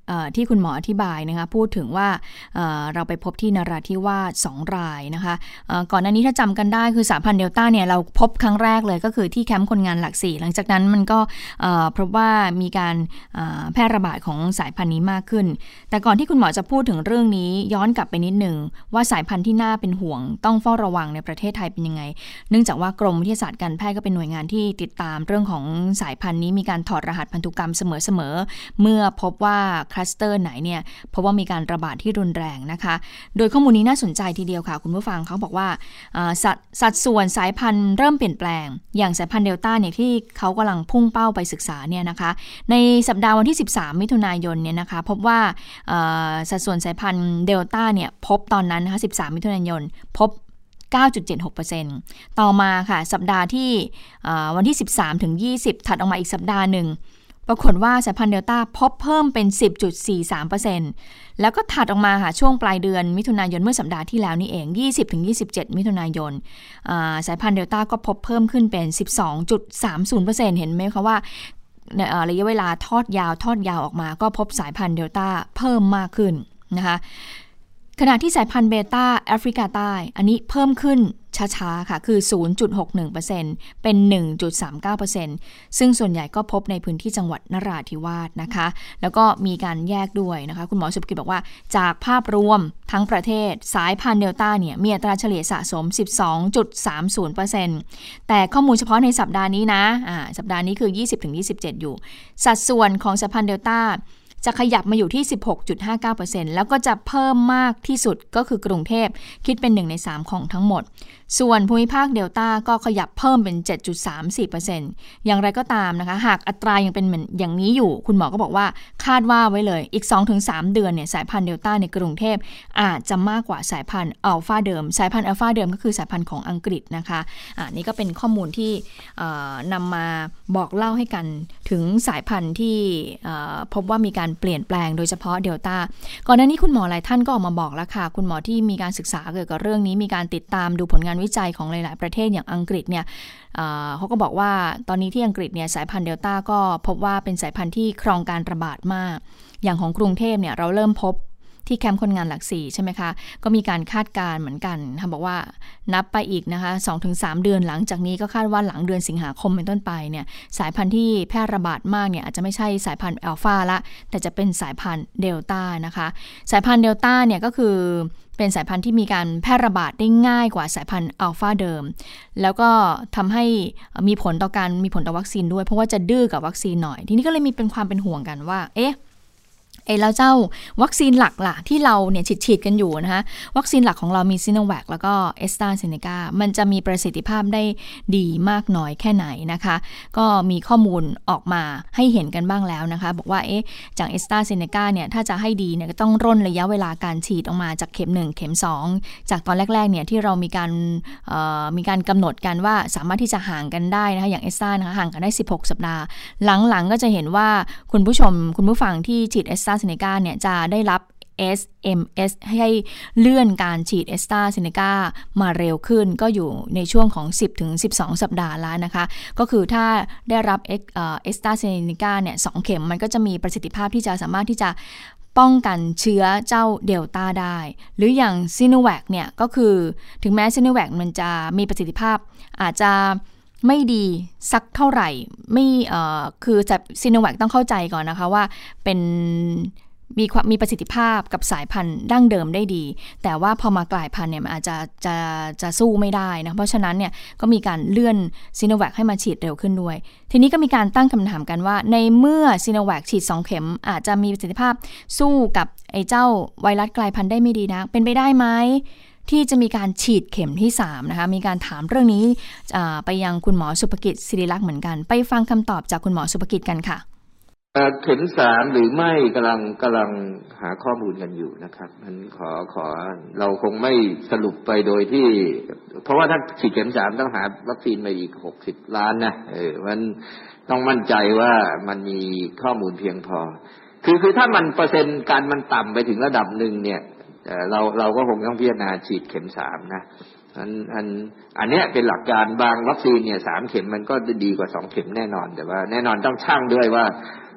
S2: ที่คุณหมออธิบายนะคะพูดถึงว่าเราไปพบที่นราธิวาสสองรายนะคะก่อนหน้านี้ถ้าจำกันได้คือสายพันธุ์เดลต้าเนี่ยเราพบครั้งแรกเลยก็คือที่แคมป์คนงานหลักสี่หลังจากนั้นมันก็พบว่ามีการแพร่ระบาดของสายพันธุ์นี้มากขึ้นแต่ก่อนที่คุณหมอจะพูดถึงเรื่องนี้ย้อนกลับไปนิดหนึ่งว่าสายพันธุ์ที่น่าเป็นห่วงต้องเฝ้าระวังในประเทศไทยเป็นยังไงเนื่องจากว่ากรมวิทยาศาสตร์การแพทย์ก็เป็นหน่วยงานที่ติดตามเรื่องของสายพันธุ์นี้มีการถอดรหัสพันธุกรรมเสมอๆเมื่อพบว่าคลัสเตอร์ไหนเนี่ยพบว่ามีการระบาดที่รุนแรงนะคะโดยข้อมูลนี้น่าสนใจทีเดียวค่ะคุณผู้ฟังเขาบอกว่าสัดสัดส่วนสายพันธุ์เริ่มเปลี่ยนแปลงอย่างสายพันธุ์เดลต้าเนี่ยที่เขากำลังพุ่งเป้าไปศึกษาเนี่ยนะคะในสัปดาห์วันที่สิบสามมิถุนายนเนี่ยนะคะพบว่าสัดส่วนสายพันธุ์เดลต้าเนี่ยพบตอนนั้นนะคะสิบสามมิถุนายนพบ เก้าจุดเจ็ดหกเปอร์เซ็นต์ ต่อมาค่ะสัปดาห์ที่วันที่สิบสามถึงยี่สิบถัดออกมาอีกสัปดาห์หนึ่งปรากฏว่าสายพันธุ์เดลต้าพบเพิ่มเป็น สิบจุดสี่สามเปอร์เซ็นต์ แล้วก็ถัดออกมาค่ะช่วงปลายเดือนมิถุนายนเมื่อสัปดาห์ที่แล้วนี่เอง ยี่สิบถึงยี่สิบเจ็ด มิถุนายนสายพันธุ์เดลต้าก็พบเพิ่มขึ้นเป็น สิบสองจุดสามศูนย์เปอร์เซ็นต์ เห็นไหมคะว่าระยะเวลาทอดยาวทอดยาวออกมาก็พบสายพันธุ์เดลต้าเพิ่มมากขึ้นนะคะขณะที่สายพันธุ์เบต้าแอฟริกาใต้อันนี้เพิ่มขึ้นช้าๆค่ะคือ ศูนย์จุดหกหนึ่งเปอร์เซ็นต์ เป็น หนึ่งจุดสามเก้าเปอร์เซ็นต์ ซึ่งส่วนใหญ่ก็พบในพื้นที่จังหวัดนราธิวาสนะคะแล้วก็มีการแยกด้วยนะคะคุณหมอสุภกิจบอกว่าจากภาพรวมทั้งประเทศสายพันธุ์เดลต้าเนี่ยมีอัตราเฉลี่ยสะสม สิบสองจุดสามศูนย์เปอร์เซ็นต์ แต่ข้อมูลเฉพาะในสัปดาห์นี้นะอ่าสัปดาห์นี้คือ ยี่สิบถึงยี่สิบเจ็ด อยู่สัดส่วนของสายพันธุ์เดลต้าจะขยับมาอยู่ที่ สิบหกจุดห้าเก้าเปอร์เซ็นต์ แล้วก็จะเพิ่มมากที่สุดก็คือกรุงเทพคิดเป็นหนึ่งในสามของทั้งหมดส่วนภูมิภาคเดลต้าก็ขยับเพิ่มเป็น เจ็ดจุดสามสี่เปอร์เซ็นต์ อย่างไรก็ตามนะคะหากอัตรายังเป็นเหมือนอย่างนี้อยู่คุณหมอก็บอกว่าคาดว่าไว้เลยอีก สองถึงสาม เดือนเนี่ยสายพันธุ์เดลต้าในกรุงเทพอาจจะมากกว่าสายพันธุ์อัลฟาเดิมสายพันธุ์อัลฟาเดิมก็คือสายพันธุ์ของอังกฤษนะคะอ่านี่ก็เป็นข้อมูลที่นำมาบอกเล่าให้กันถึงสายพันธุ์ที่พบว่ามีการเปลี่ยนแปลงโดยเฉพาะเดลต้าก่อนหน้านี้คุณหมอหลายท่านก็ออกมาบอกแล้วค่ะคุณหมอที่มีการศึกษาเกี่ยวกับเรื่องนี้มีการติดตามดูผลงานวิจัยของหลายๆประเทศอย่างอังกฤษเนี่ยเขาก็บอกว่าตอนนี้ที่อังกฤษเนี่ยสายพันธุ์เดลต้าก็พบว่าเป็นสายพันธุ์ที่ครองการระบาดมากอย่างของกรุงเทพเนี่ยเราเริ่มพบที่แคมป์คนงานหลักสี่ใช่ไหมคะก็มีการคาดการณ์เหมือนกันค่ะบอกว่านับไปอีกนะคะ สองถึงสาม เดือนหลังจากนี้ก็คาดว่าหลังเดือนสิงหาคมเป็นต้นไปเนี่ยสายพันธุ์ที่แพร่ระบาดมากเนี่ยอาจจะไม่ใช่สายพันธุ์อัลฟาละแต่จะเป็นสายพันธุ์เดลต้านะคะสายพันธุ์เดลต้าเนี่ยก็คือเป็นสายพันธุ์ที่มีการแพร่ระบาดได้ง่ายกว่าสายพันธุ์อัลฟาเดิมแล้วก็ทำให้มีผลต่อการมีผลต่อวัคซีนด้วยเพราะว่าจะดื้อกับวัคซีนหน่อยทีนี้ก็เลยมีเป็นความเป็นห่วงกันว่าเอ๊ะเอแล้วเจ้าวัคซีนหลักล่ะที่เราเนี่ยฉีดๆกันอยู่นะคะวัคซีนหลักของเรามีซิโนแวคแล้วก็แอสตราเซเนกามันจะมีประสิทธิภาพได้ดีมากน้อยแค่ไหนนะคะก็มีข้อมูลออกมาให้เห็นกันบ้างแล้วนะคะบอกว่าเอ๊ะจากแอสตราเซเนกาเนี่ยถ้าจะให้ดีเนี่ยก็ต้องร่นระยะเวลาการฉีดออกมาจากเข็มหนึ่งเข็มสองจากตอนแรกๆเนี่ยที่เรามีการเอ่อมีการกำหนดกันว่าสามารถที่จะห่างกันได้นะคะอย่างแอสตรานะคะห่างกันได้สิบหกสัปดาห์หลังๆก็จะเห็นว่าคุณผู้ชมคุณผู้ฟังที่ฉีดแอสตราเซเนกาเนี่ยจะได้รับ เอส เอ็ม เอส ให้เลื่อนการฉีดแอสตราเซเนกามาเร็วขึ้นก็อยู่ในช่วงของ สิบถึงสิบสอง สัปดาห์แล้วนะคะก็คือถ้าได้รับเอสตราเซเนกาเนี่ยสองเข็มมันก็จะมีประสิทธิภาพที่จะสามารถที่จะป้องกันเชื้อเจ้าเดลต้าได้หรืออย่างซิโนแวคเนี่ยก็คือถึงแม้ซิโนแวคมันจะมีประสิทธิภาพอาจจะไม่ดีสักเท่าไหร่ไม่เอ่อคือจะซิโนแวคต้องเข้าใจก่อนนะคะว่าเป็นมีความมีประสิทธิภาพกับสายพันธุ์ดั้งเดิมได้ดีแต่ว่าพอมากลายพันธุ์เนี่ยมันอาจจะจะจะสู้ไม่ได้นะเพราะฉะนั้นเนี่ยก็มีการเลื่อนซิโนแวคให้มาฉีดเร็วขึ้นด้วยทีนี้ก็มีการตั้งคำถามกันว่าในเมื่อซิโนแวคฉีดสองเข็มอาจจะมีประสิทธิภาพสู้กับไอ้เจ้าไวรัสกลายพันธุ์ได้ไม่ดีนะเป็นไปได้ไหมที่จะมีการฉีดเข็มที่สามนะคะมีการถามเรื่องนี้ไปยังคุณหมอสุภกิจศิริลักษณ์เหมือนกันไปฟังคำตอบจากคุณหมอสุภกิจกันค่ะ
S7: เข็มสามหรือไม่กำลังกำลังหาข้อมูลกันอยู่นะครับมันขอขอเราคงไม่สรุปไปโดยที่เพราะว่าถ้าฉีดเข็มสามต้องหาวัคซีนมาอีกหกสิบล้านนะเออมันต้องมั่นใจว่ามันมีข้อมูลเพียงพอคือคือถ้ามันเปอร์เซ็นต์การมันต่ำไปถึงระดับหนึ่งเนี่ยเราเราก็คงต้องพิจารณาฉีดเข็มสามนะอันอันอันเนี้ยเป็นหลักการบางวัคซีนเนี่ยสามเข็มมันก็ดีกว่าสองเข็มแน่นอนแต่ว่าแน่นอนต้องชั่งด้วยว่า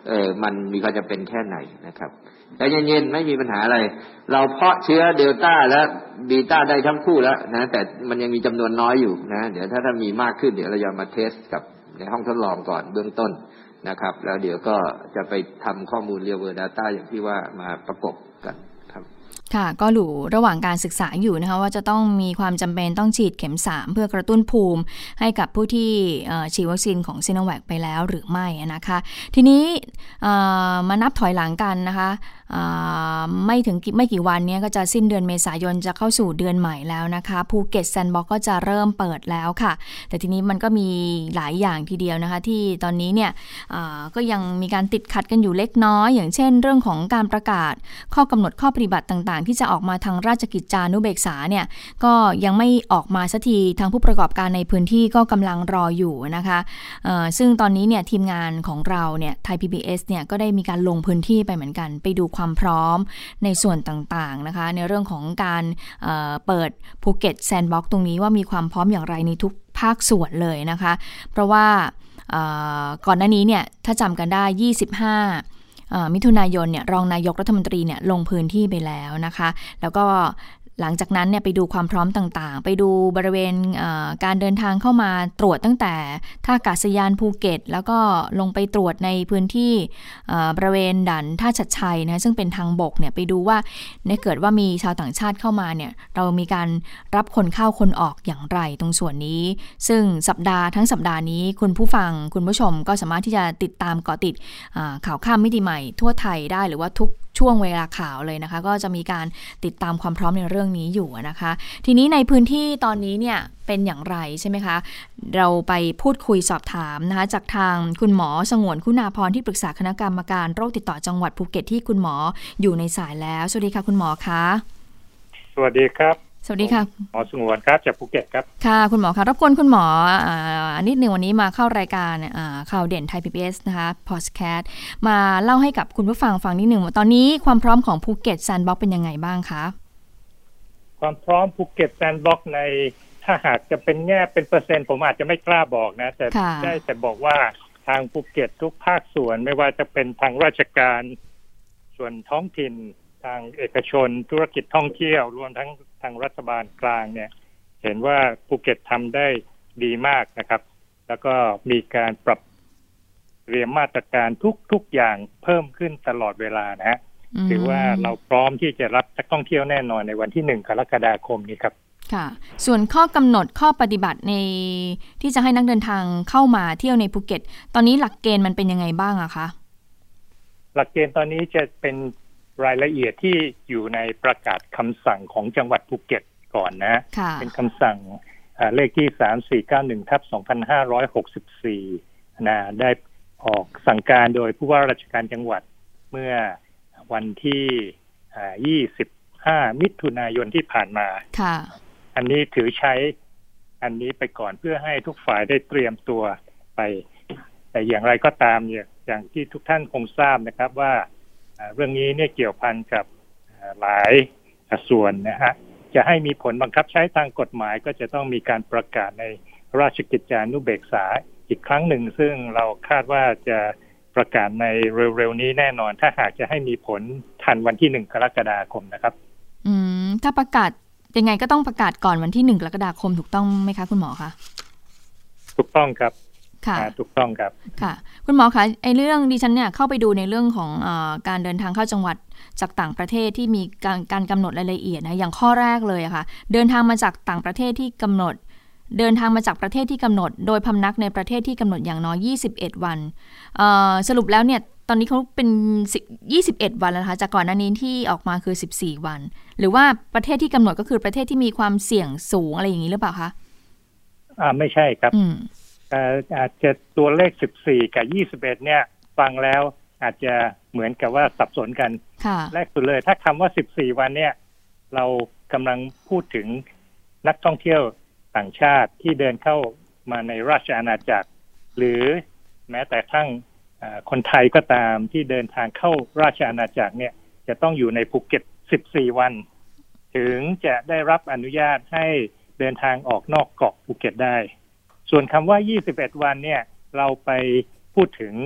S7: เออมันมีความจำเป็นแค่ไหนนะครับแต่เย็นๆไม่มีปัญหาอะไรเราเพาะเชื้อเดลต้าและบีต้าได้ทั้งคู่แล้วนะแต่มันยังมีจำนวนน้อยอยู่นะเดี๋ยวถ้าถ้ามีมากขึ้นเดี๋ยวเราจะมาเทสกับในห้องทดลองก่อนเบื้องต้นนะครับแล้วเดี๋ยวก็จะไปทำข้อมูล real world data อย่างที่ว่ามาประกบกันครับ
S2: ค่ะก็อยู่ระหว่างการศึกษาอยู่นะคะว่าจะต้องมีความจำเป็นต้องฉีดเข็มสามเพื่อกระตุ้นภูมิให้กับผู้ที่ฉีดวัคซีนของซิโนแวคไปแล้วหรือไม่นะคะทีนี้มานับถอยหลังกันนะคะไม่ถึงไม่กี่วันนี้ก็จะสิ้นเดือนเมษายนจะเข้าสู่เดือนใหม่แล้วนะคะภูเก็ตแซนด์บ็อกซ์ก็จะเริ่มเปิดแล้วค่ะแต่ทีนี้มันก็มีหลายอย่างทีเดียวนะคะที่ตอนนี้เนี่ยก็ยังมีการติดขัดกันอยู่เล็กน้อยอย่างเช่นเรื่องของการประกาศข้อกำหนดข้อปฏิบัติต่างๆที่จะออกมาทางราชกิจจานุเบกษาเนี่ยก็ยังไม่ออกมาสักทีทางผู้ประกอบการในพื้นที่ก็กำลังรออยู่นะคะซึ่งตอนนี้เนี่ยทีมงานของเราเนี่ยไทย พี บี เอส เนี่ยก็ได้มีการลงพื้นที่ไปเหมือนกันไปดูความพร้อมในส่วนต่างๆนะคะในเรื่องของการเอ่อเปิดภูเก็ตแซนด์บ็อกซ์ตรงนี้ว่ามีความพร้อมอย่างไรในทุกภาคส่วนเลยนะคะเพราะว่าก่อนหน้านี้เนี่ยถ้าจำกันได้ยี่สิบห้ามิถุนายนเนี่ยรองนายกรัฐมนตรีเนี่ยลงพื้นที่ไปแล้วนะคะแล้วก็หลังจากนั้นเนี่ยไปดูความพร้อมต่างๆไปดูบริเวณการเดินทางเข้ามาตรวจตั้งแต่ท่าอากาศยานภูเก็ตแล้วก็ลงไปตรวจในพื้นที่บริเวณด่านท่าชัดชัยนะซึ่งเป็นทางบกเนี่ยไปดูว่าในเกิดว่ามีชาวต่างชาติเข้ามาเนี่ยเรามีการรับคนเข้าคนออกอย่างไรตรงส่วนนี้ซึ่งสัปดาห์ทั้งสัปดาห์นี้คุณผู้ฟังคุณผู้ชมก็สามารถที่จะติดตามเกาะติดข่าวข้ามมิติใหม่ทั่วไทยได้หรือว่าทุกช่วงเวลาข่าวเลยนะคะก็จะมีการติดตามความพร้อมในเรื่องนี้อยู่นะคะทีนี้ในพื้นที่ตอนนี้เนี่ยเป็นอย่างไรใช่ไหมคะเราไปพูดคุยสอบถามนะคะจากทางคุณหมอสงวนคุณาภรณ์ที่ปรึกษาคณะกรรมการโรคติดต่อจังหวัดภูเก็ตที่คุณหมออยู่ในสายแล้วสวัสดีค่ะคุณหมอคะ
S8: สวัสดีครับ
S2: สวัสดีค่ะ
S8: หมอสงวนครับจากภูเก็ตครับ
S2: ค่ะคุณหมอคะรบกวนคุณหมออ่านิดนึงวันนี้มาเข้ารายการอ่าข่าวเด่นไทย พี บี เอส นะคะพอดแคสต์มาเล่าให้กับคุณผู้ฟังฟังนิดนึงว่าตอนนี้ความพร้อมของภูเก็ตแซนด์บ็อกซ์เป็นยังไงบ้างคะ
S8: ความพร้อมภูเก็ตแซนด์บ็อกซ์ในถ้าหากจะเป็นแง่เป็นเปอร์เซ็นต์ผมอาจจะไม่กล้าบอกนะแต่ได้แต่บอกว่าทางภูเก็ตทุกภาคส่วนไม่ว่าจะเป็นทางราชการส่วนท้องถิ่นทางเอกชนธุรกิจท่องเที่ยวรวมทั้งทางรัฐบาลกลางเนี่ยเห็นว่าภูเก็ตทำได้ดีมากนะครับแล้วก็มีการปรับเตรียมมาตรการทุกๆอย่างเพิ่มขึ้นตลอดเวลานะฮะถือว่าเราพร้อมที่จะรับนักท่องเที่ยวแน่นอนในวันที่หนึ่งกรกฎาคมนี้ครับ
S2: ค่ะส่วนข้อกำหนดข้อปฏิบัติในที่จะให้นักเดินทางเข้ามาเที่ยวในภูเก็ตตอนนี้หลักเกณฑ์มันเป็นยังไงบ้างอะคะ
S8: หลักเกณฑ์ตอนนี้จะเป็นรายละเอียดที่อยู่ในประกาศคำสั่งของจังหวัดภูเก็ตก่อนนะเป็นคำสั่งเลขที่สามสี่เก้าหนึ่งทับสองพันห้าร้อยหกสิบสี่นะได้ออกสั่งการโดยผู้ว่าราชการจังหวัดเมื่อวันที่ยี่สิบห้ามิถุนายนที่ผ่านมาอันนี้ถือใช้อันนี้ไปก่อนเพื่อให้ทุกฝ่ายได้เตรียมตัวไปแต่อย่างไรก็ตามเนี่ยอย่างที่ทุกท่านคงทราบนะครับว่าเรื่องนี้เนี่ยเกี่ยวพันกับหลายส่วนนะฮะจะให้มีผลบังคับใช้ทางกฎหมายก็จะต้องมีการประกาศในราชกิจจานุเบกษาอีกครั้งหนึ่งซึ่งเราคาดว่าจะประกาศในเร็วๆนี้แน่นอนถ้าหากจะให้มีผลทันวันที่หนึ่งกรกฎาคมนะครับ
S2: อืมถ้าประกาศยังไงก็ต้องประกาศก่อนวันที่หนึ่งกรกฎาคมถูกต้องไหมคะคุณหมอคะ
S8: ถูกต้องครับ
S2: ค่ะ
S8: ถูกต้องครับ
S2: ค่ะคุณหมอคะไอ้เรื่องดิฉันเนี่ยเข้าไปดูในเรื่องของเอ่อการเดินทางเข้าจังหวัดจากต่างประเทศที่มีการการกำหนดรายละเอียดนะอย่างข้อแรกเลยอะค่ะเดินทางมาจากต่างประเทศที่กำหนดเดินทางมาจากประเทศที่กำหนดโดยพำนักในประเทศที่กำหนดอย่างน้อยยี่สิบเอ็ดวันเอ่อสรุปแล้วเนี่ยตอนนี้เขาเป็นยี่สิบเอ็ดวันแล้วนะคะจากก่อนหน้านี้ที่ออกมาคือสิบสี่วันหรือว่าประเทศที่กำหนดก็คือประเทศที่มีความเสี่ยงสูงอะไรอย่างนี้หรือเปล่าคะ
S8: อ่าไม่ใช่ครับอาจจะตัวเลขสิบสี่กับยี่สิบเอ็ดเนี่ยฟังแล้วอาจจะเหมือนกับว่าสับสนกันแรกสุดเลยถ้าคำว่าสิบสี่วันเนี่ยเรากำลังพูดถึงนักท่องเที่ยวต่างชาติที่เดินเข้ามาในราชอาณาจักรหรือแม้แต่ทั้งคนไทยก็ตามที่เดินทางเข้าราชอาณาจักรเนี่ยจะต้องอยู่ในภูเก็ตสิบสี่วันถึงจะได้รับอนุญาตให้เดินทางออกนอกเกาะภูเก็ตได้ส่วนคำว่ายี่สิบเอ็ดวันเนี่ยเราไปพูดถึง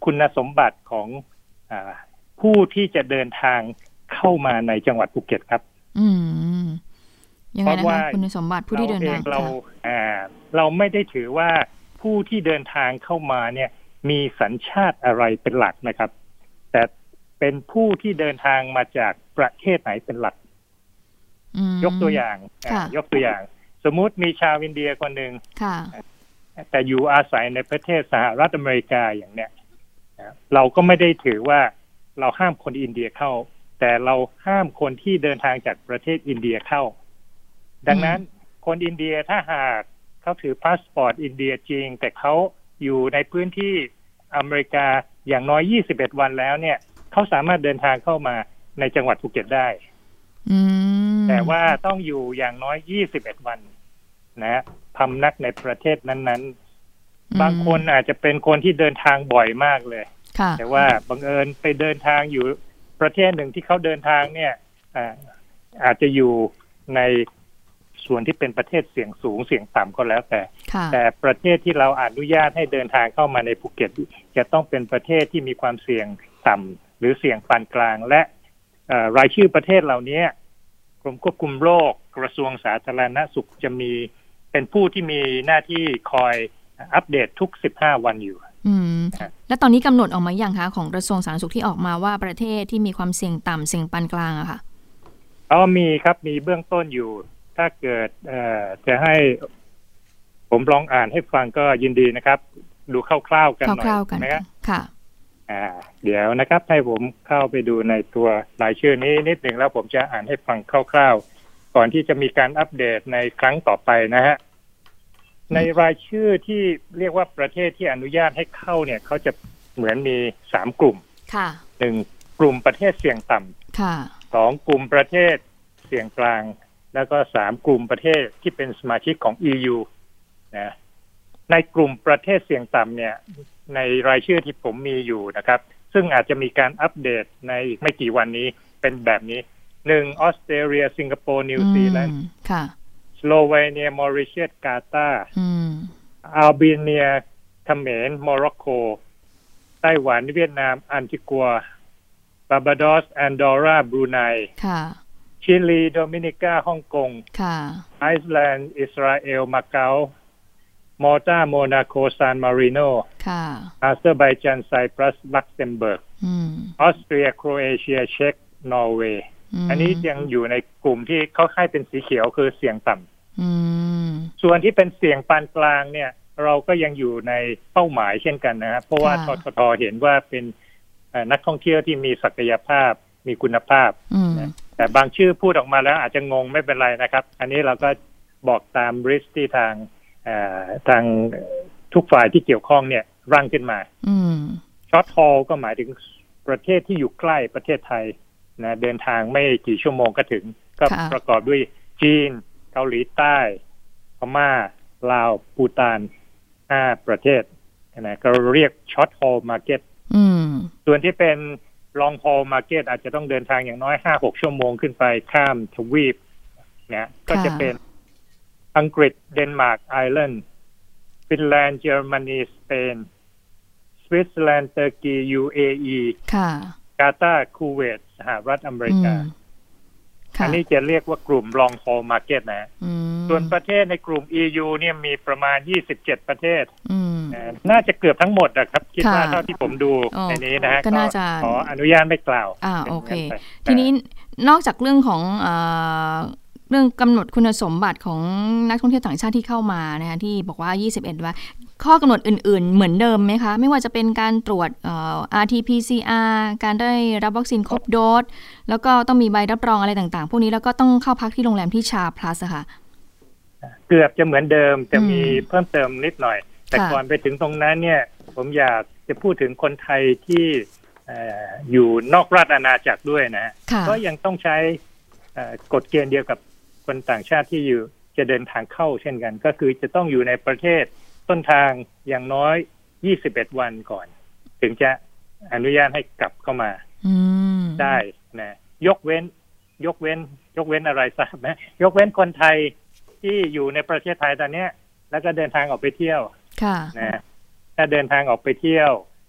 S8: คุณสมบัติของอ่าผู้ที่จะเดินทางเข้ามาในจังหวัดภูเก็ตครับ
S2: อืมยังไงนะคะคุณสมบัติผู้ที่เดินทาง
S8: เราอ่าเราไม่ได้ถือว่าผู้ที่เดินทางเข้ามาเนี่ยมีสัญชาติอะไรเป็นหลักนะครับแต่เป็นผู้ที่เดินทางมาจากประเทศไหนเป็นหลักยกตัวอย่างยกตัวอย่างสมมุติมีชาวอินเดียคนหนึ่งแต่อยู่อาศัยในประเทศสหรัฐอเมริกาอย่างเนี้ยเราก็ไม่ได้ถือว่าเราห้ามคนอินเดียเข้าแต่เราห้ามคนที่เดินทางจากประเทศอินเดียเข้าดังนั้นคนอินเดียถ้าหากเขาถือพาสปอร์ตอินเดียจริงแต่เขาอยู่ในพื้นที่อเมริกาอย่างน้อยยี่สิบเอ็ดวันแล้วเนี่ยเขาสามารถเดินทางเข้ามาในจังหวัดภูเก็ตได้แต่ว่าต้องอยู่อย่างน้อยยี่สิบเอ็ดวันนะพำนักในประเทศนั้นๆบางคนอาจจะเป็นคนที่เดินทางบ่อยมากเลยแต่ว่าบังเอิญไปเดินทางอยู่ประเทศหนึ่งที่เขาเดินทางเนี่ยอาอาจจะอยู่ในส่วนที่เป็นประเทศเสี่ยงสูงเสี่ยงต่ำก็แล้วแต่แต่ประเทศที่เราอนุญาตให้เดินทางเข้ามาในภูเก็ตจะต้องเป็นประเทศที่มีความเสี่ยงต่ำหรือเสี่ยงปานกลางและรายชื่อประเทศเหล่านี้กรมควบคุมโรคกระทรวงสาธารณสุขจะมีเป็นผู้ที่มีหน้าที่คอยอัปเดตทุกสิบห้าวันอยู่
S2: อืมแล้วตอนนี้กำหนดออกมาอย่างคะของกระทรวงสาธารณสุขที่ออกมาว่าประเทศที่มีความเสี่ยงต่ำเสี่ยงปานกลางอะค่ะ
S8: อ๋อมีครับมีเบื้องต้นอยู่ถ้าเกิดเอ่อจะให้ผมลองอ่านให้ฟังก็ยินดีนะครับดูคร่าวๆกันหน่อยนะครับ
S2: ค่ะ
S8: อ่าเดี๋ยวนะครับให้ผมเข้าไปดูในตัวรายชื่อนี้นิดหนึ่งแล้วผมจะอ่านให้ฟังคร่าวๆก่อนที่จะมีการอัปเดตในครั้งต่อไปนะฮะในรายชื่อที่เรียกว่าประเทศที่อนุญาตให้เข้าเนี่ยเขาจะเหมือนมีสามกลุ่ม
S2: ค่ะ
S8: หนึ่งกลุ่มประเทศเสี่ยงต่ำ
S2: ค่ะ
S8: สองกลุ่มประเทศเสี่ยงกลางแล้วก็สามกลุ่มประเทศที่เป็นสมาชิกของ อี ยู นะในกลุ่มประเทศเสี่ยงต่ำเนี่ยในรายชื่อที่ผมมีอยู่นะครับซึ่งอาจจะมีการอัปเดตในอีกไม่กี่วันนี้เป็นแบบนี้หนึ่งออสเตรเลียสิงคโปร์นิวซีแลนด์
S2: ค่ะ
S8: สโลเวเนียมอริเชียสกาตาร์อัลเบเนียเขมรโมร็อกโกไต้หวันเวียดนามอันติกัวบาบาดอสแอนดอราบรูไน
S2: ค่ะ
S8: ชิลีโดมินิกาฮ่องกง
S2: ค่ะ
S8: ไอซ์แลนด์อิสราเอลมาเก๊ามอลตาโมนาโกซานมาริโน
S2: ค่ะ
S8: อาเซอร์ไบจานไซปรัสลักเซมเบิร์กออสเตรียโครเอเชียเช็กนอร์เวย์อันนี้ยังอยู่ในกลุ่มที่เขาให้เป็นสีเขียวคือเสี่ยงต่ำส่วนที่เป็นเสี่ยงปานกลางเนี่ยเราก็ยังอยู่ในเป้าหมายเช่นกันนะครับเพราะว่าทททเห็นว่าเป็นนักท่องเที่ยวที่มีศักยภาพมีคุณภาพแต่บางชื่อพูดออกมาแล้วอาจจะงงไม่เป็นไรนะครับอันนี้เราก็บอกตามริสต์ที่ทางทางทุกฝ่ายที่เกี่ยวข้องเนี่ยร่างขึ้นมาช็อตฮอลก็หมายถึงประเทศที่อยู่ใกล้ประเทศไทยนะเดินทางไม่กี่ชั่วโมงก็ถึงก็ประกอบด้วยจีนเกาหลีใต้พม่าลาวปูตานห้าประเทศนะก็เรียกช็อตฮอลมาร์เก็ตส่วนที่เป็นลองฮอลมาร์เก็ตอาจจะต้องเดินทางอย่างน้อย ห้าหก ชั่วโมงขึ้นไปข้ามทวีปนะก็จะเป็นอังกฤษเดนมาร์กไอร์แลนด์ฟินแลนด์เยอรมนีสเปนสวิตเซอร์แลนด์ตุรกี ยู เอ อี
S2: ค่ะ
S8: กาตาร์คูเวตสหรัฐอเมริกาอันนี้จะเรียกว่ากลุ่ม long haul market นะส่วนประเทศในกลุ่ม อี ยู เนี่ยมีประมาณยี่สิบเจ็ดประเทศน่าจะเกือบทั้งหมดนะครับคิดว่าเท่าที่ผมดูในนี้นะฮะก็ขออนุญาตไม่กล่าว
S2: อ่าโอเคทีนี้นอกจากเรื่องของเรื่องกำหนดคุณสมบัติของนักท่องเที่ยวต่างชาติที่เข้ามานะคะที่บอกว่ายี่สิบเอ็ดวันข้อกำหนดอื่นๆเหมือนเดิมไหมคะไม่ว่าจะเป็นการตรวจเอ่อ อาร์ ที พี ซี อาร์ การได้รับวัคซีนครบโดสแล้วก็ต้องมีใบรับรองอะไรต่างๆพวกนี้แล้วก็ต้องเข้าพักที่โรงแรมที่ชาพลัสค่ะ
S8: เกือบจะเหมือนเดิมจะมีเพิ่มเติมนิดหน่อยแต่ก่อนไปถึงตรงนั้นเนี่ยผมอยากจะพูดถึงคนไทยที่อยู่นอกราชอาณาจักรด้วยนะก็ยังต้องใช้กฎเกณฑ์เดียวกับคนต่างชาติที่อยู่จะเดินทางเข้าเช่นกันก็คือจะต้องอยู่ในประเทศต้นทางอย่างน้อยยี่สิบเอ็ดวันก่อนถึงจะอนุญาตให้กลับเข้ามาได้นะยกเว้นยกเว้นยกเว้นอะไรทราบไหมยกเว้นคนไทยที่อยู่ในประเทศไทยตอนนี้แล้วก็เดินทางออกไปเที่ยวนะถ้าเดินทางออกไปเที่ยว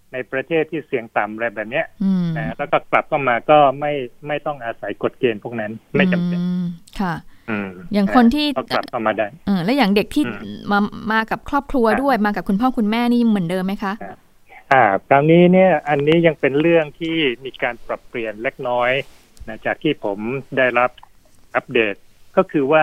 S8: ในประเทศที่เสี่ยงต่ำอะไรแบบเนี้ยนะแล้วก็กลับเข้ามาก็ไม่ไม่ต้องอาศัยกฎเกณฑ์พวกนั้นไม่จำเป็น
S2: ค่ะอย่างคนที่
S8: กลับเข้ามาได้
S2: แล้วอย่างเด็กที่มามากับครอบครัวด้วยมากับคุณพ่อคุณแม่นี่เหมือนเดิมไหมคะ
S8: อ่าคราวนี้เนี่ยอันนี้ยังเป็นเรื่องที่มีการปรับเปลี่ยนเล็กน้อยนะจากที่ผมได้รับอัปเดตก็คือว่า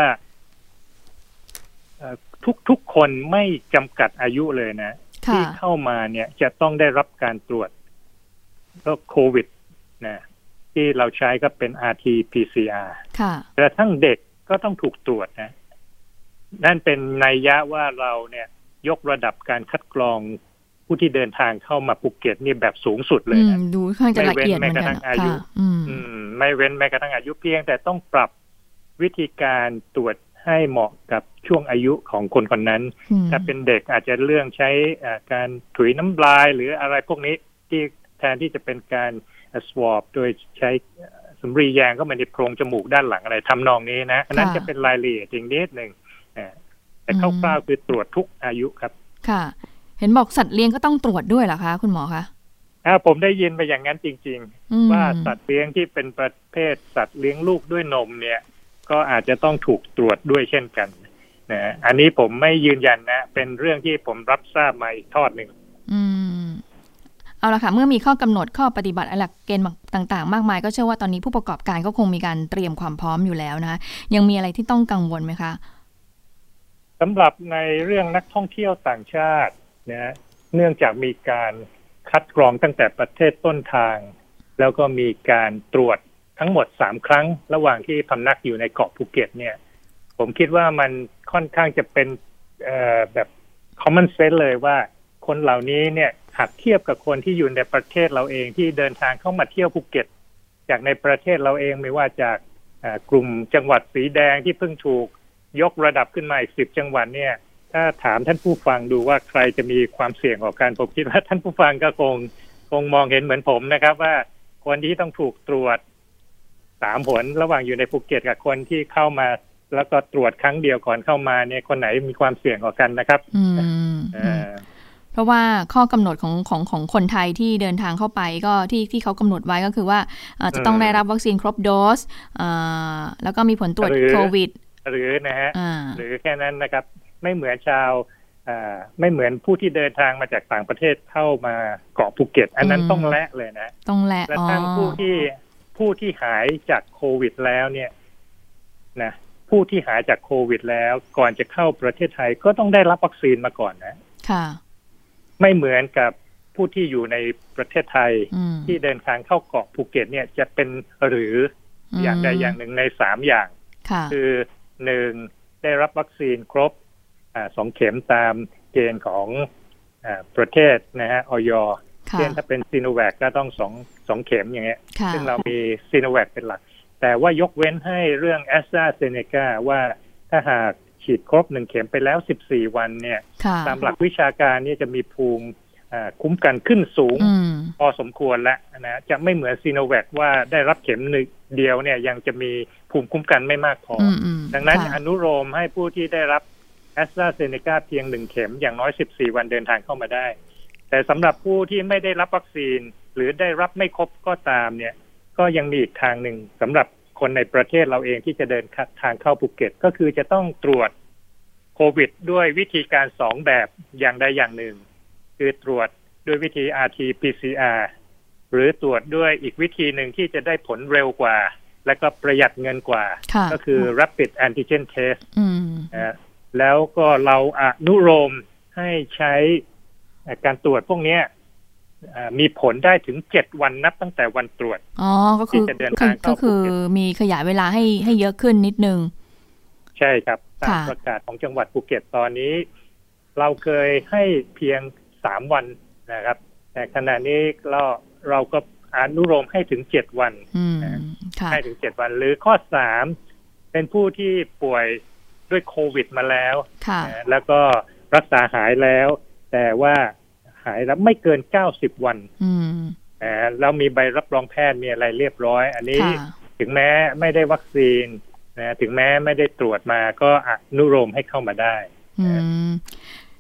S8: ทุกทุกคนไม่จำกัดอายุเลยนะที่เข้ามาเนี่ยจะต้องได้รับการตรวจโรคโควิดนะที่เราใช้ก็เป็น อาร์ ที พี ซี อาร์
S2: ค่ะ
S8: กระทั่งเด็กก็ต้องถูกตรวจนะนั่นเป็นนัยยะว่าเราเนี่ยยกระดับการคัดกรองผู้ที่เดินทางเข้ามาภูเก็ตนี่แบบสูงสุดเลยนะ
S2: ดูค่อนข้างจะละเอียดเหมือนกัน
S8: อายุไม่เว้นแม้กระทั่งอายุเพียงแต่ต้องปรับวิธีการตรวจให้เหมาะกับช่วงอายุของคนคนนั้นถ้าเป็นเด็กอาจจะเรื่องใช้การถุยน้ำลายหรืออะไรพวกนี้ที่แทนที่จะเป็นการ swab โดยใช้สำลีแยงเข้ามาในโพรงจมูกด้านหลังอะไรทำนองนี้นะอันนั้นจะเป็นรายละเอียดจริงนิดหนึ่งแต่คร่าวๆคือตรวจทุกอายุครับ
S2: ค่ะเห็นบอกสัตว์เลี้ยงก็ต้องตรวจด้วยเหรอคะคุณหมอคะ
S8: อ่าผมได้ยินไปอย่างนั้นจริงๆว่าสัตว์เลี้ยงที่เป็นประเภทสัตว์เลี้ยงลูกด้วยนมเนี่ยก็อาจจะต้องถูกตรวจด้วยเช่นกันนะอันนี้ผมไม่ยืนยันนะเป็นเรื่องที่ผมรับทราบมาอีกทอดหนึ่ง
S2: อืมเอาละค่ะเมื่อมีข้อกำหนดข้อปฏิบัติหลักเกณฑ์ต่างๆมากมายก็เชื่อว่าตอนนี้ผู้ประกอบการก็คงมีการเตรียมความพร้อมอยู่แล้วนะคะยังมีอะไรที่ต้องกังวลไหมคะ
S8: สำหรับในเรื่องนักท่องเที่ยวต่างชาตินะเนื่องจากมีการคัดกรองตั้งแต่ประเทศต้นทางแล้วก็มีการตรวจทั้งหมดสามครั้งระหว่างที่พำนักอยู่ในเกาะภูเก็ตเนี่ยผมคิดว่ามันค่อนข้างจะเป็นแบบ common sense เลยว่าคนเหล่านี้เนี่ยหากเทียบกับคนที่อยู่ในประเทศเราเองที่เดินทางเข้ามาเที่ยวภูเก็ตจากในประเทศเราเองไม่ว่าจากกลุ่มจังหวัดสีแดงที่เพิ่งถูกยกระดับขึ้นมาอีกสิบจังหวัดเนี่ยถ้าถามท่านผู้ฟังดูว่าใครจะมีความเสี่ยงกว่ากันผมคิดว่าท่านผู้ฟังก็คงคงมองเห็นเหมือนผมนะครับว่าคนที่ต้องถูกตรวจสามผลระหว่างอยู่ในภูเก็ตกับคนที่เข้ามาแล้วก็ตรวจครั้งเดียวก่อนเข้ามาเนี่ยคนไหนมีความเสี่ยงกว่ากันนะครับ
S2: อืมเพราะว่าข้อกำหนดของของของคนไทยที่เดินทางเข้าไปก็ที่ที่เขากำหนดไว้ก็คือว่าจะต้องได้รับวัคซีนครบโดสแล้วก็มีผลตรวจโควิด
S8: หรือนะฮะหรือแค่นั้นนะครับไม่เหมือนชาวไม่เหมือนผู้ที่เดินทางมาจากต่างประเทศเข้ามาเกาะภูเก็ตอันนั้นต้องแลกเลยนะ
S2: ต้องแลก
S8: และทั้งผู้ที่ผู้ที่หายจากโควิดแล้วเนี่ยนะผู้ที่หายจากโควิดแล้วก่อนจะเข้าประเทศไทยก็ต้องได้รับวัคซีนมาก่อนนะ
S2: ค่ะ
S8: ไม่เหมือนกับผู้ที่อยู่ในประเทศไทยที่เดินทางเข้าเกาะภูเก็ตเนี่ยจะเป็นหรืออย่างใดอย่างหนึ่งในสามอย่างคือหนึ่งได้รับวัคซีนครบอ่าสองเข็มตามเกณฑ์ของอ่าประเทศนะฮะอย.เช่นถ้าเป็นซีโนแวคก็ต้องสองสองเข็มอย่างเงี้ยซึ่งเรามีซีโนแวคเป็นหลักแต่ว่ายกเว้นให้เรื่องแอสตราเซเนกาว่าถ้าหากฉีดครบหนึ่งเข็มไปแล้วสิบสี่วันเนี่ยตามหลักวิชาการนี่จะมีภูมิคุ้มกันขึ้นสูงพอสมควรแล้วนะจะไม่เหมือนซีโนแวคว่าได้รับเข็มหนึ่งเดียวเนี่ยยังจะมีภูมิคุ้มกันไม่มากพอดังนั้นอนุโลมให้ผู้ที่ได้รับแอสตราเซเนกาเพียงหนึ่งเข็มอย่างน้อยสิบสี่วันเดินทางเข้ามาได้แต่สำหรับผู้ที่ไม่ได้รับวัคซีนหรือได้รับไม่ครบก็ตามเนี่ยก็ยังมีอีกทางหนึ่งสำหรับคนในประเทศเราเองที่จะเดินทางเข้าภูเก็ตก็คือจะต้องตรวจโควิดด้วยวิธีการสองแบบอย่างใดอย่างหนึ่งคือตรวจด้วยวิธี อาร์ ที พี ซี อาร์ หรือตรวจด้วยอีกวิธีหนึ่งที่จะได้ผลเร็วกว่าและก็ประหยัดเงินกว่าก็คือ Rapid Antigen Test นะแล้วก็เราอนุโลมให้ใช้การตรวจพวกนี้มีผลได้ถึงเจ็ดวันนับตั้งแต่วันตรวจ
S2: อ๋อก็คือก็คือมีขยายเวลาให้ให้เยอะขึ้นนิดนึง
S8: ใช่ครับตามประกาศของจังหวัดภูเก็ตตอนนี้เราเคยให้เพียงสามวันนะครับแต่ขณะนี้เราเราก็อนุโลมให้ถึงเจ็ดวันให้ถึงเจ็ดวันหรือข้อสามเป็นผู้ที่ป่วยด้วยโควิดมาแล้วแล้วก็รักษาหายแล้วแต่ว่าหายแล้วไม่เกินเก้าสิบวันอ่าแล้วมีใบรับรองแพทย์มีอะไรเรียบร้อยอันนี้ถึงแม้ไม่ได้วัคซีนนะถึงแม้ไม่ได้ตรวจมาก็อนุโลมให้เข้ามาได้